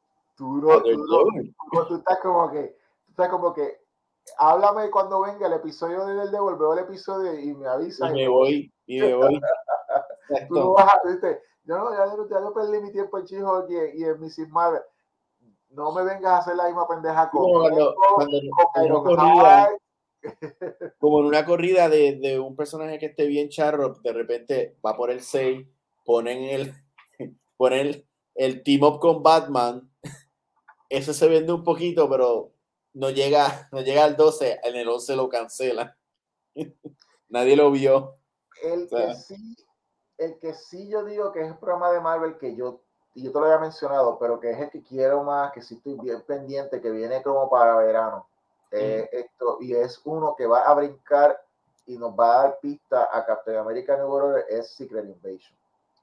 Tú estás como que, háblame cuando venga el episodio de Daredevil, veo el episodio y me avisa. Y me voy. Tú no vas a, ¿viste? Ya yo perdí mi tiempo en She-Hulk y en Mrs. Marvel. No me vengas a hacer la misma pendeja con Ironheart. Como en una corrida de un personaje que esté bien charro, de repente va por el 6, ponen el team up con Batman. Eso se vende un poquito, pero no llega al 12, en el 11 lo cancela. Nadie lo vio. El que sí yo digo que es el programa de Marvel y yo te lo había mencionado, pero que es el que quiero más, que sí estoy bien pendiente, que viene como para verano. Y es uno que va a brincar y nos va a dar pista a Captain America New World, es Secret Invasion.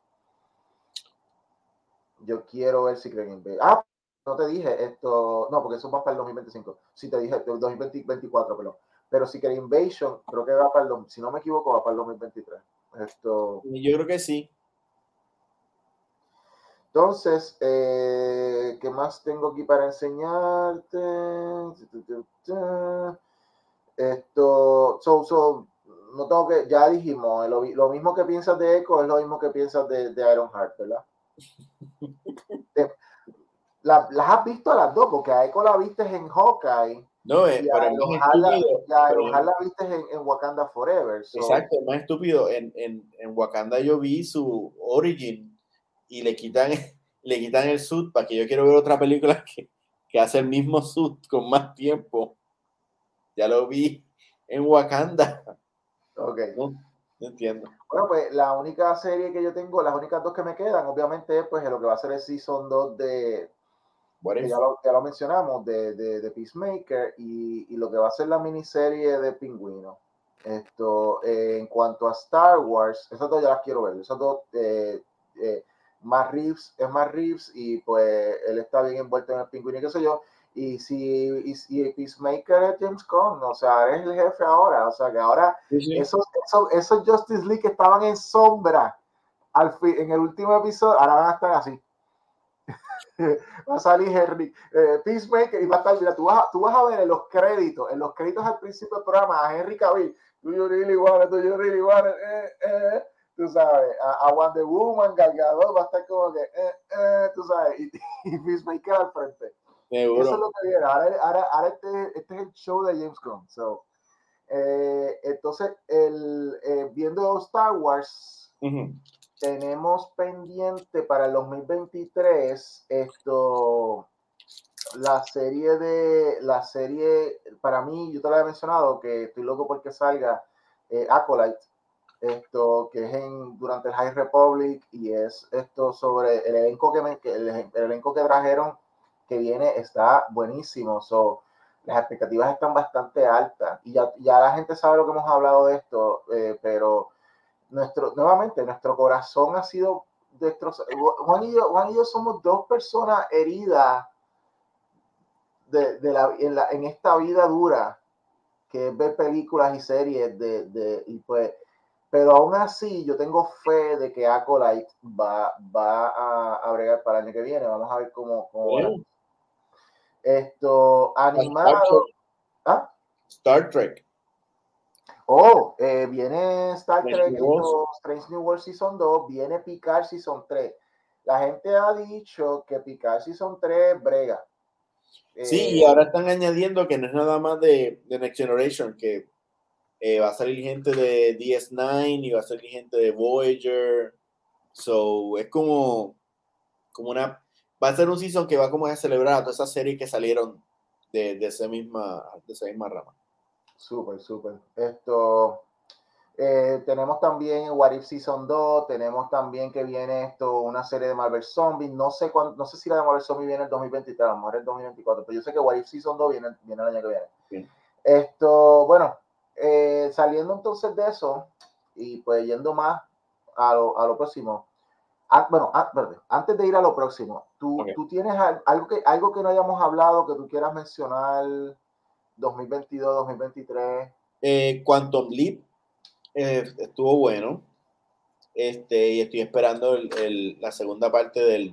Yo quiero ver Secret Invasion. Ah, no te dije esto, no, porque eso va para el 2025. Sí, te dije el 2024, perdón. Pero Secret Invasion creo que va para si no me equivoco, va para el 2023. Yo creo que sí. Entonces, ¿qué más tengo aquí para enseñarte? No tengo que, ya dijimos, lo mismo que piensas de Echo es lo mismo que piensas de Ironheart, ¿verdad? Las has visto a las dos, porque a Echo la viste en Hawkeye. No, y pero a es más estúpido. Ironheart la viste en Wakanda Forever. Exacto, es más estúpido. En Wakanda yo vi su origin y le quitan el suit para que yo quiero ver otra película que hace el mismo suit con más tiempo. Ya lo vi en Wakanda. Ok. No entiendo. Bueno, pues la única serie que yo tengo, las únicas dos que me quedan, obviamente, pues lo que va a ser el Season 2 que ya lo mencionamos, de Peacemaker y lo que va a ser la miniserie de Pingüino. En cuanto a Star Wars, esas dos ya las quiero ver. Esas dos, Matt Reeves y pues él está bien envuelto en el Pingüino y qué sé yo. Y si Peacemaker es James Gunn, o sea, eres el jefe ahora, o sea, que ahora Sí. esos Justice League que estaban en sombra en el último episodio, ahora van a estar así. Va a salir Henry Peacemaker y va a estar, mira, tú vas a ver en los créditos al principio del programa a Henry Cavill, do you really want it, tú sabes, a Wonder Woman, Gal Gadot, va a estar como que, tú sabes, y Peacemaker al frente. Seguro. Eso es lo que viene. Ahora este es el show de James Gunn. Entonces, viendo Star Wars, tenemos pendiente para el 2023 la serie, para mí, yo te lo había mencionado, que estoy loco porque salga Acolyte, que es durante el High Republic, y es sobre el elenco el elenco que trajeron, que viene, está buenísimo. Las expectativas están bastante altas, y ya la gente sabe lo que hemos hablado de esto, pero nuevamente, nuestro corazón ha sido destrozado. Juan y yo somos dos personas heridas en esta vida dura, que es ver películas y series y pues Pero aún así, yo tengo fe de que Acolyte va a bregar para el año que viene. Vamos a ver cómo va la cosa. Esto, Star Trek. animado. ¿Ah? Star Trek. Viene Star Trek, Strange New World Season 2, viene Picard Season 3. La gente ha dicho que Picard Season 3 brega. Sí, y ahora están añadiendo que no es nada más de Next Generation, que va a salir gente de DS9 y va a salir gente de Voyager. So, es como una... Va a ser un season que va como a celebrar a todas esas series que salieron de esa misma rama. Súper, súper. Tenemos también What If Season 2, tenemos también que viene una serie de Marvel Zombies, no sé si la de Marvel Zombies viene el 2023, a lo mejor el 2024, pero yo sé que What If Season 2 viene el año que viene. Bien. Bueno, saliendo entonces de eso y pues yendo más a lo próximo. Antes de ir a lo próximo, ¿tú tienes algo que no hayamos hablado que tú quieras mencionar 2022, 2023? Quantum Leap estuvo bueno. Y estoy esperando la segunda parte del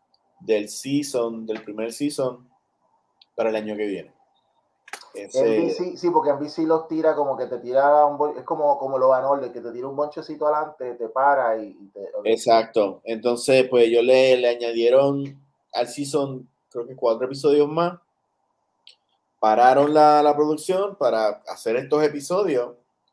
primer season, para el año que viene. NBC, sí, porque NBC los tira como que te tira es como lo Van Order, que te tira un bonchecito adelante, te para y te... Okay. Exacto. Entonces, pues ellos le añadieron al season, creo que 4 episodios más. Pararon la producción para hacer estos episodios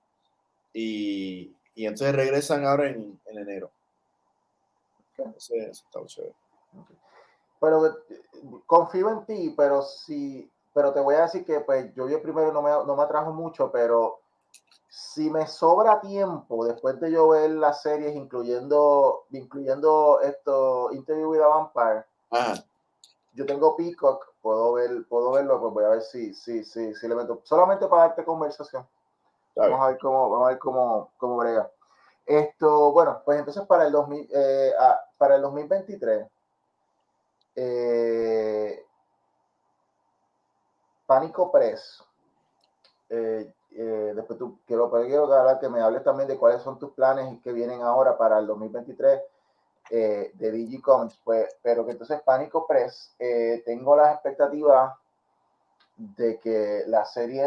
y entonces regresan ahora en enero. Okay. Eso está chévere. Okay. Pero confío en ti, pero te voy a decir que pues yo vi el primero, no me atrajo mucho, pero si me sobra tiempo después de yo ver las series, incluyendo esto, Interview with a Vampire, Ajá. yo tengo Peacock, puedo verlo, pues voy a ver si le meto, solamente para darte conversación. Vamos a ver cómo brega. Bueno, pues entonces para el 2023, Pánico Press. Después quiero que me hables también de cuáles son tus planes que vienen ahora para el 2023 de DG Comics, pues, pero que entonces Pánico Press, tengo las expectativas de que la serie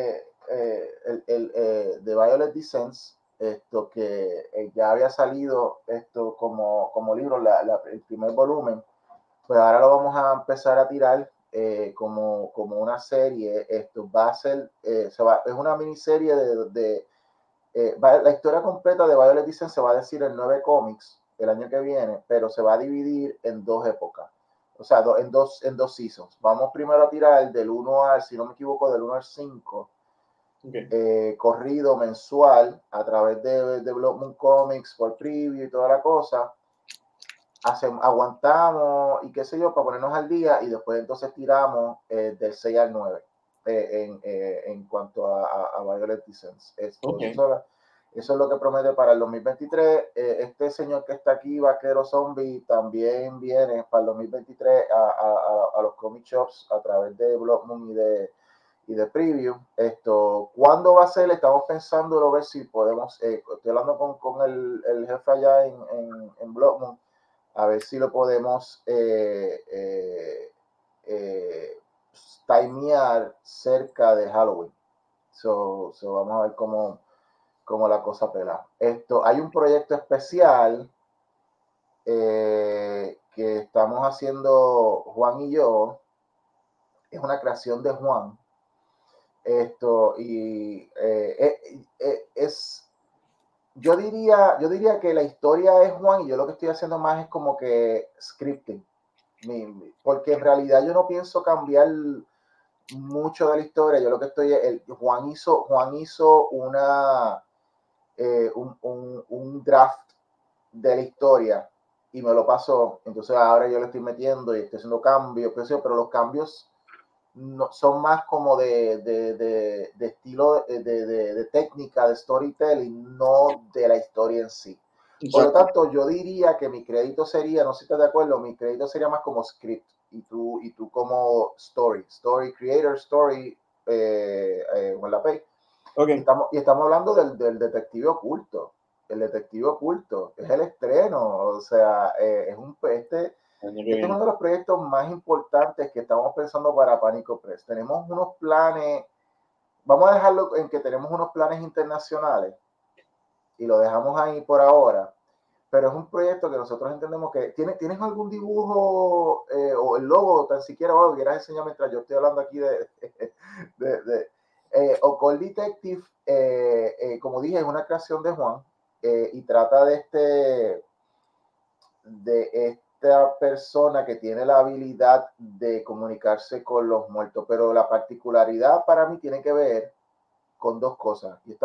de Violet Descents, que ya había salido como libro, el primer volumen, pues ahora lo vamos a empezar a tirar como una serie. Esto va a ser, es una miniserie la historia completa de Violet Descent se va a decir en 9 cómics el año que viene, pero se va a dividir en 2 épocas. O sea, en dos seasons. Vamos primero a tirar del 1 al, si no me equivoco, del 1 al 5, corrido mensual a través de Blood Moon Comics por preview y toda la cosa. Aguantamos y qué sé yo para ponernos al día y después entonces tiramos del 6 al 9 en cuanto a Violet Descents. Eso es lo que promete para el 2023. Este señor que está aquí, Vaquero Zombie, también viene para el 2023 a los comic shops a través de Blood Moon y de preview. ¿Cuándo va a ser? Estamos pensando a ver si podemos, estoy hablando con el jefe allá en Blood Moon, a ver si lo podemos timear cerca de Halloween. Vamos a ver cómo la cosa pela. Hay un proyecto especial que estamos haciendo Juan y yo. Es una creación de Juan. Yo diría que la historia es Juan y yo lo que estoy haciendo más es como que scripting. Porque en realidad yo no pienso cambiar mucho de la historia. Yo lo que Juan hizo un draft de la historia y me lo pasó. Entonces ahora yo le estoy metiendo y estoy haciendo cambios, pero los cambios no, son más como de estilo, de técnica, de storytelling, no de la historia en sí. Exacto. Por lo tanto, yo diría que mi crédito sería, no sé si estás de acuerdo, mi crédito sería más como script y tú como story creator, story, con la P. Okay. Y estamos hablando del detective oculto. El detective oculto es el estreno, o sea, este es uno de los proyectos más importantes que estamos pensando para Pánico Press. Tenemos unos planes, vamos a dejarlo en que tenemos unos planes internacionales y lo dejamos ahí por ahora, pero es un proyecto que nosotros entendemos que ¿tienes algún dibujo o el logo tan siquiera o algo que quieras enseñar mientras yo estoy hablando aquí de Occult Detective? Como dije, es una creación de Juan y trata de esta persona que tiene la habilidad de comunicarse con los muertos, pero la particularidad para mí tiene que ver con dos cosas. Y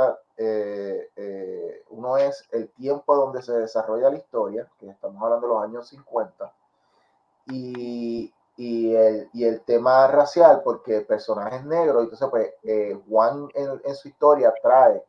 uno es el tiempo donde se desarrolla la historia, que estamos hablando de los años 50, y el tema racial, porque personajes negros, entonces pues Juan en su historia trae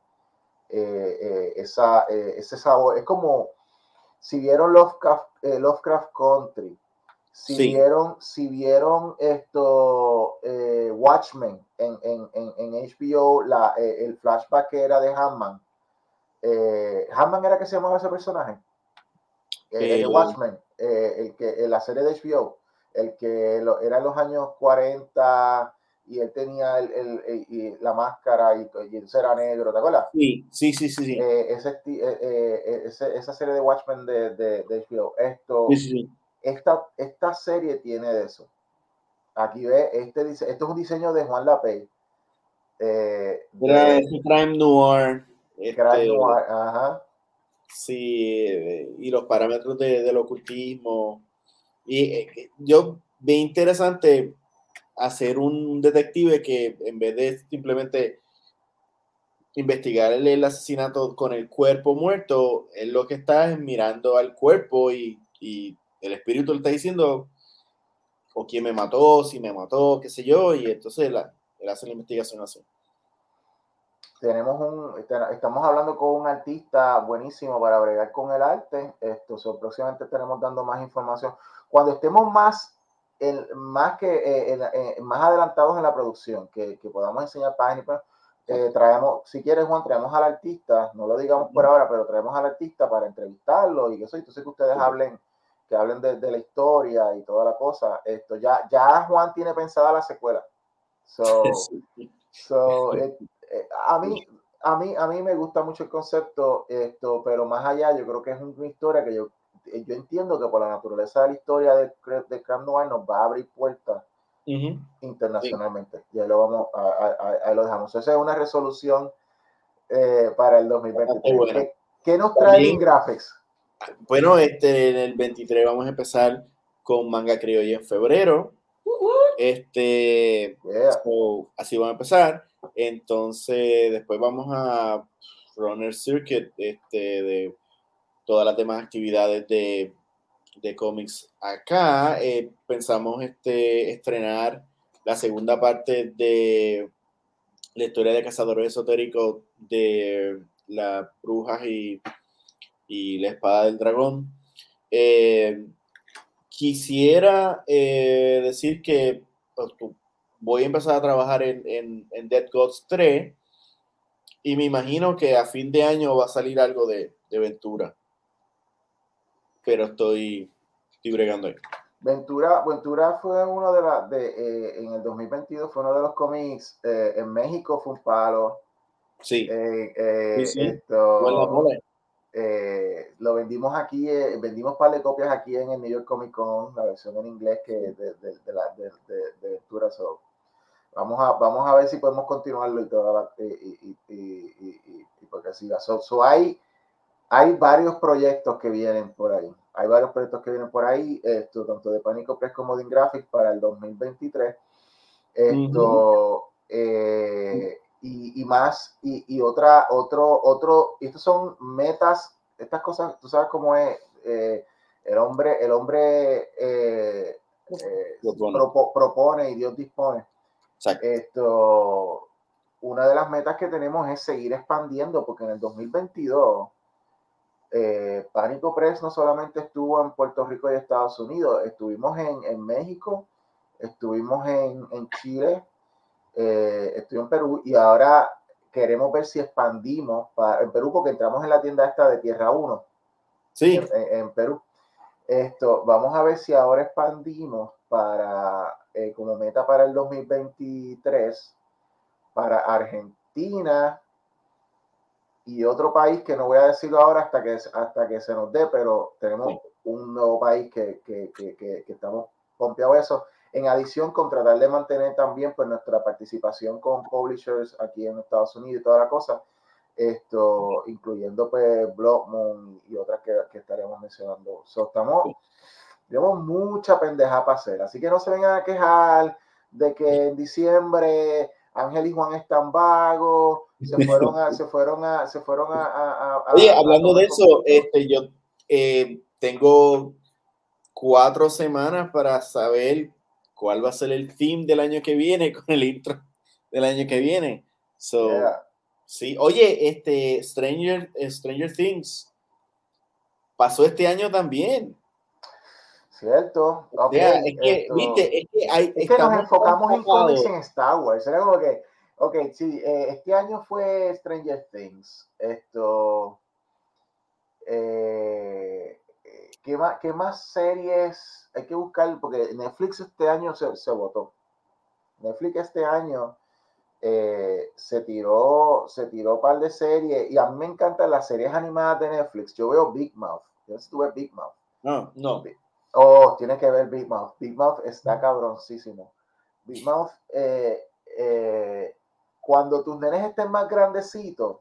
ese sabor. Es como si vieron Lovecraft Country, Sí. si vieron esto, Watchmen en HBO, el flashback que era de Hammond. Hammond era que se llamaba ese personaje, el de Watchmen, el que en la serie de HBO, el que era en los años 40 y él tenía la máscara y entonces era negro, ¿te acuerdas? Sí, sí, sí, sí, sí. Esa serie de Watchmen de HBO. Sí, sí, sí. Esta serie tiene de eso. Aquí ve, esto es un diseño de Juan Lapey, Era de ese crime noir, Crime Noir, ajá. sí, y los parámetros del ocultismo. Y yo vi interesante hacer un detective que en vez de simplemente investigar el asesinato con el cuerpo muerto, él lo que está es mirando al cuerpo y el espíritu le está diciendo o quién me mató, si me mató, qué sé yo, y entonces él hace la investigación así. Estamos hablando con un artista buenísimo para bregar con el arte. Próximamente estaremos dando más información. Cuando estemos más adelantados en la producción, que podamos enseñar páginas, traemos, si quieres, Juan, traemos al artista, no lo digamos por ahora, pero traemos al artista para entrevistarlo y eso, entonces que ustedes que hablen de la historia y toda la cosa. Ya Juan tiene pensada la secuela. Sí. So, a mí, a mí me gusta mucho el concepto, pero más allá, yo creo que es una historia que yo entiendo que por la naturaleza de la historia de Crime Noir nos va a abrir puertas Sí. internacionalmente. Y ahí lo vamos, ahí lo dejamos. Esa es una resolución para el Bastante 2023. buena. ¿Qué nos trae También, Ingraphics? bueno, en el 23 vamos a empezar con Manga Criolla en febrero. Yeah. Así van a empezar. Entonces, después vamos a Runner Circuit, de todas las demás actividades de cómics acá. Pensamos estrenar la segunda parte de la historia de cazadores esotéricos de las brujas y la espada del dragón. Eh, Quisiera decir que voy a empezar a trabajar en Dead Gods 3 y me imagino que a fin de año va a salir algo de Ventura, pero estoy bregando ahí. Ventura fue uno en el 2022 fue uno de los cómics en México, fue un palo. Sí, sí, sí. Buena Esto mole. lo vendimos aquí, vendimos un par de copias aquí en el New York Comic Con, la versión en inglés que de Ventura. So, vamos a ver si podemos continuarlo y toda y porque siga. Hay varios proyectos que vienen por ahí. Hay varios proyectos que vienen por ahí, tanto de Pánico Press como de Ingraphics para el 2023. Y más, estos son metas, estas cosas, tú sabes cómo es, el hombre Bueno, propone y Dios dispone. exacto. Una de las metas que tenemos es seguir expandiendo, porque en el 2022 Pánico Press no solamente estuvo en Puerto Rico y Estados Unidos, estuvimos en México, estuvimos en Chile, estuve en Perú y ahora queremos ver si expandimos en Perú, porque entramos en la tienda esta de Tierra 1 Sí. en Perú. Vamos a ver si ahora expandimos para como meta para el 2023 para Argentina y otro país que no voy a decirlo ahora hasta que se nos dé, pero tenemos un nuevo país que estamos pompeados eso. En adición, con tratar de mantener también pues nuestra participación con publishers aquí en Estados Unidos y toda la cosa, incluyendo pues Blockmoon y otras que estaremos mencionando. Tenemos mucha pendeja para hacer, así que no se vengan a quejar de que en diciembre Ángel y Juan están vagos, se fueron a Oye, hablando de eso, conmigo. yo tengo 4 semanas para saber cuál va a ser el theme del año que viene con el intro del año que viene. Yeah. Sí, oye, Stranger Things pasó este año también. Cierto, O ok, sea, es que, viste, es que nos estamos enfocamos en cómics enfocados. y en Star Wars, era como que, ok, sí, este año fue Stranger Things, ¿qué más series hay que buscar? Porque Netflix este año se votó. Netflix este año se tiró un par de series y a mí me encantan las series animadas de Netflix. Yo veo Big Mouth. Yo no sé si tú ves Big Mouth. No. Oh, tienes que ver Big Mouth. Big Mouth está cabroncísimo. Big Mouth, cuando tus nenes estén más grandecitos,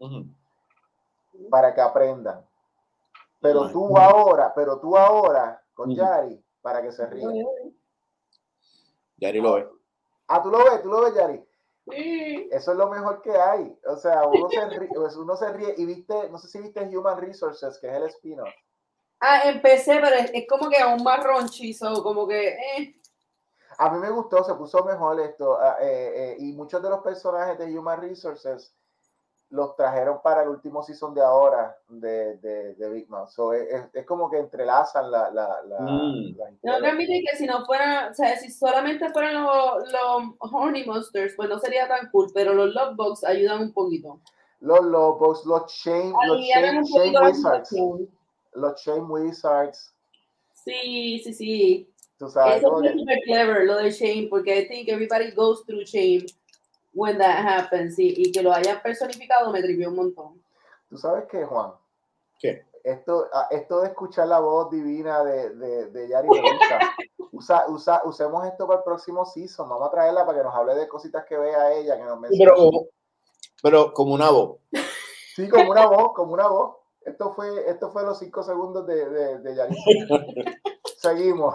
para que aprendan. Pero tú ahora, con Yari, para que se rían. Yari lo ve. Ah, tú lo ves, Yari. Sí. Eso es lo mejor que hay. O sea, uno se ríe y viste, no sé si viste Human Resources, que es el spin-off. Empecé, pero es como que aún más ronchizo, como que. A mí me gustó, se puso mejor esto. Y muchos de los personajes de Human Resources los trajeron para el último season de ahora de Big Mouth. So, es como que entrelazan la Tengo que admitir que si no fuera, o sea, si solamente fueran los Horny Monsters, pues no sería tan cool, pero los Love Bugs ayudan un poquito. Los Lobos, los Shame Wizards. Los Shame Wizards. Sí. Tú sabes, Eso es super clever, lo de Shame, porque I think everybody goes through shame when that happens. Y que lo hayan personificado me tripió un montón. ¿Tú sabes qué, Juan? ¿Qué? Esto de escuchar la voz divina de Yari me gusta. Usemos esto para el próximo season. Vamos a traerla para que nos hable de cositas que vea ella, que nos mencione. Pero como una voz. Sí, como una voz. Esto fue los 5 segundos de Yari. Seguimos.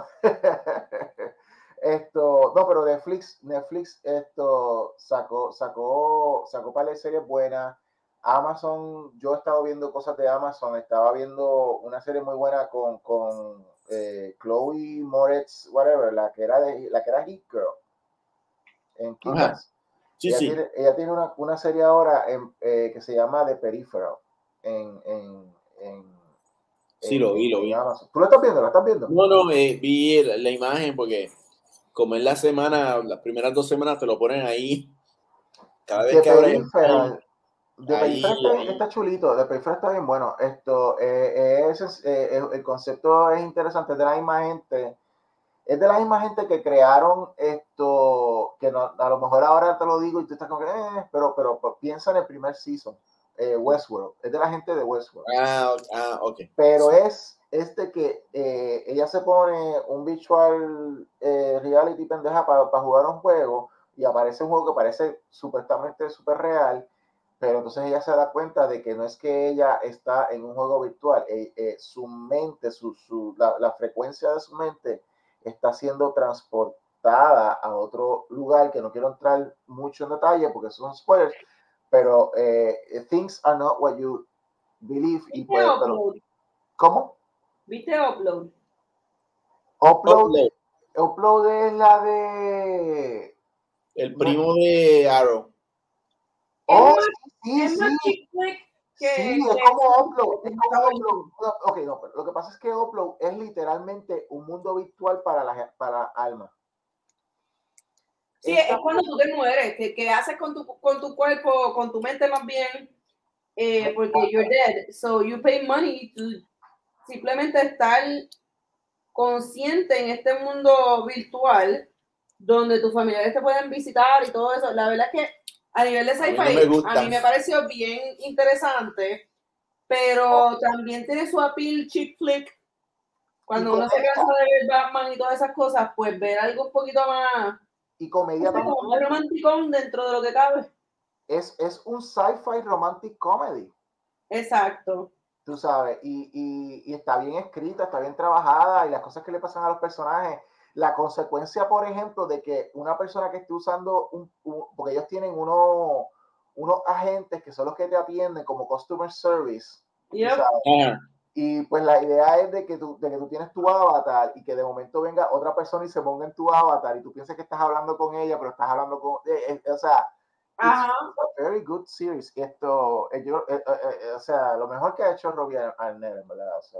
No, pero Netflix sacó para las series buenas. Amazon, yo he estado viendo cosas de Amazon, estaba viendo una serie muy buena con Chloe Moretz, whatever, la que era Hit Girl en Kick-Ass. Sí. Ella tiene una serie ahora que se llama The Peripheral Sí, lo vi. Amazon. ¿Tú lo estás viendo? ¿La estás viendo? No, vi la imagen porque como en la semana, las primeras 2 semanas te lo ponen ahí. Cada vez que abres el Peripheral está chulito, de Peripheral está bien bueno. El concepto es interesante, es de la misma gente que crearon esto, que no, a lo mejor ahora te lo digo y tú estás como que, pero piensa en el primer season, Westworld, es de la gente de Westworld. Ok. Pero es de que ella se pone un virtual reality pendeja para jugar un juego y aparece un juego que parece supuestamente súper real, pero entonces ella se da cuenta de que no es que ella está en un juego virtual, su mente, la frecuencia de su mente está siendo transportada a otro lugar, que no quiero entrar mucho en detalle porque son spoilers, pero things are not what you believe. Y pues, ¿cómo? ¿Viste Upload? Upload es la de... El primo de Arrow. Oh, sí. Es como Upload. Ok, no, pero lo que pasa es que Upload es literalmente un mundo virtual para Alma. Sí, es cuando tú te mueres, ¿qué haces con tu cuerpo, con tu mente más bien? Porque you're dead, so you pay money to simplemente estar consciente en este mundo virtual donde tus familiares te pueden visitar y todo eso. La verdad es que a nivel de sci-fi, a mí me pareció bien interesante, pero también tiene su appeal chick flick. Cuando uno se cansa de ver Batman y todas esas cosas, pues ver algo un poquito más... Y comedia también. Como más romanticón dentro de lo que cabe. Es un sci-fi romantic comedy. Exacto. Tú sabes, y está bien escrita, está bien trabajada, y las cosas que le pasan a los personajes, la consecuencia, por ejemplo, de que una persona que esté usando, porque ellos tienen unos agentes que son los que te atienden como customer service, yep. ¿sabes? Y pues la idea es de que tú tienes tu avatar y que de momento venga otra persona y se ponga en tu avatar y tú piensas que estás hablando con ella, pero estás hablando con... o sea, Ajá. It's a very good series. Esto, o sea, lo mejor que ha hecho Robbie Arnett, en verdad. O sea,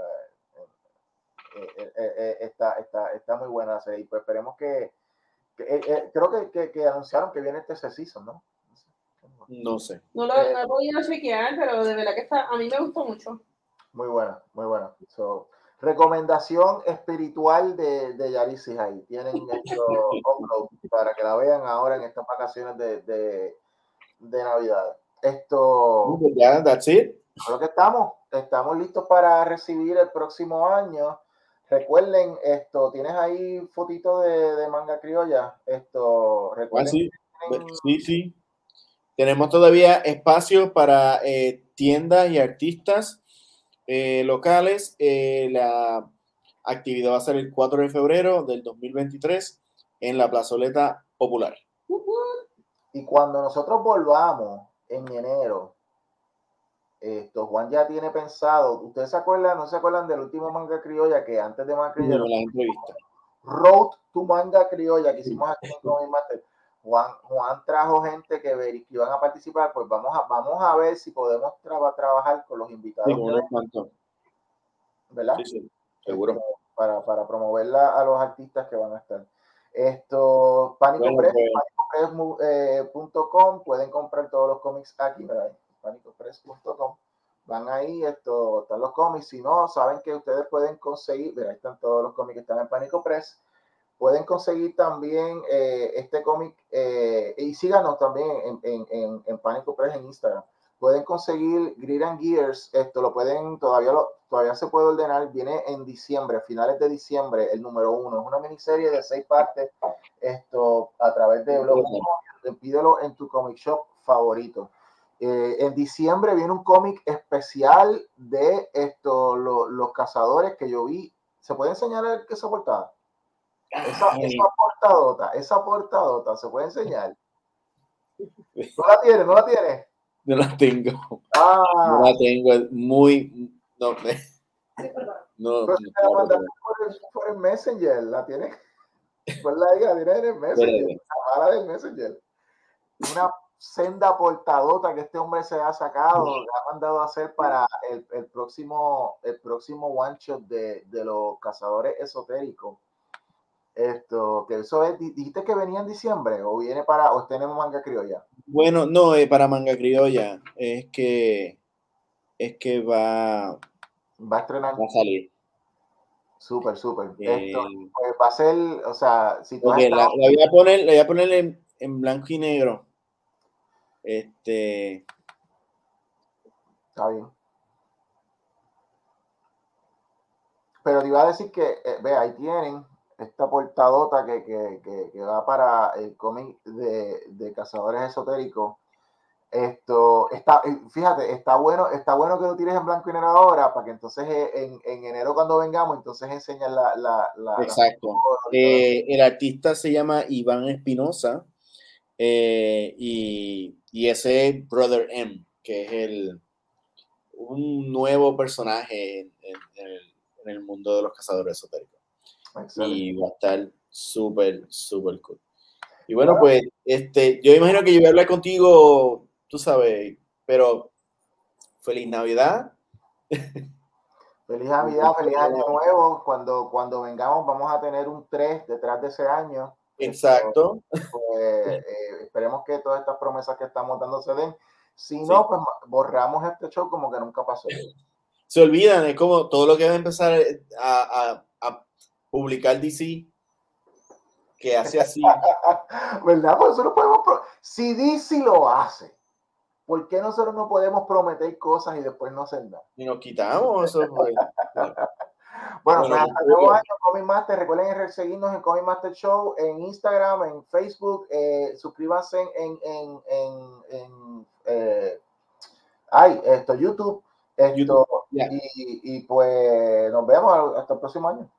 está muy buena la serie. Y pues esperemos que creo que anunciaron que viene este season, ¿no? No sé. No lo he podido chequear, pero de verdad que a mí me gustó mucho. Muy buena, muy buena. So, recomendación espiritual de Yarisis ahí. Tienen esto upload para que la vean ahora en estas vacaciones de Navidad. Esto. Ya, that's it. Lo que estamos listos para recibir el próximo año. Recuerden esto, tienes ahí fotito de Manga Criolla. Esto, recuerden. Sí. Sí. Tenemos todavía espacio para tiendas y artistas locales. La actividad va a ser el 4 de febrero del 2023 en la Plazoleta Popular. Y cuando nosotros volvamos en enero, Juan ya tiene pensado, ¿ustedes no se acuerdan del último Manga Criolla que antes de Manga Criolla? La entrevista. Road to Manga Criolla que hicimos aquí en Comic Master. Juan trajo gente que iban a participar, pues vamos a ver si podemos trabajar con los invitados. Sí, ¿verdad? Sí, seguro. Para promoverla a los artistas que van a estar. Panicopress.com, pueden comprar todos los cómics aquí, ¿verdad? Panicopress.com. Van ahí, están los cómics. Si no, saben que ustedes pueden conseguir, ¿verdad? Están todos los cómics que están en Panico Press. Pueden conseguir también este cómic y síganos también en Panico Press en Instagram. Pueden conseguir Grid and Gears, todavía se puede ordenar, viene en diciembre, finales de diciembre, el número 1. Es una miniserie de 6 partes, a través de blog. Pídelo en tu comic shop favorito. En diciembre viene un cómic especial de los cazadores que yo vi. ¿Se puede enseñar esa portada? Esa portadota, ¿se puede enseñar? ¿No la tiene? No la tengo. No la tengo, es muy... No, por el Messenger, la tiene. Pues la tiene en el Messenger. La mala del Messenger. Una senda portadota que este hombre se ha sacado, le ha mandado a hacer para el próximo one shot de los cazadores esotéricos. Que eso es, dijiste que venía en diciembre o viene o tenemos Manga Criolla. Bueno, no, para Manga Criolla es que va a estrenar. Va a salir. Súper. Pues va a ser, o sea, si tú la voy a poner en blanco y negro. Está bien. Pero te iba a decir que, ahí tienen esta portadota que va para el cómic de Cazadores Esotéricos. Fíjate, está bueno que lo tires en blanco y negro ahora, para que entonces en enero cuando vengamos, entonces enseñan la Exacto. El artista se llama Iván Espinosa y ese es Brother M, que es un nuevo personaje en el mundo de los cazadores esotéricos. Excelente. Y va a estar súper cool. Y bueno, pues yo imagino que yo voy a hablar contigo, tú sabes, pero feliz Navidad. Feliz Navidad, feliz Año Nuevo. Cuando vengamos vamos a tener un 3 detrás de ese año. Exacto. Pues, esperemos que todas estas promesas que estamos dando se den. Si no, pues borramos este show como que nunca pasó. Se olvidan, es como todo lo que va a empezar a publicar DC, que hace así. ¿Verdad? Pues nosotros podemos. Si DC lo hace, ¿por qué nosotros no podemos prometer cosas y después no hacer nada? Y nos quitamos eso. Pues. Bueno, pues hasta el nuevo año, Comic Master. Recuerden seguirnos en Comic Master Show, en Instagram, en Facebook. Suscríbanse en YouTube. YouTube, y pues nos vemos hasta el próximo año.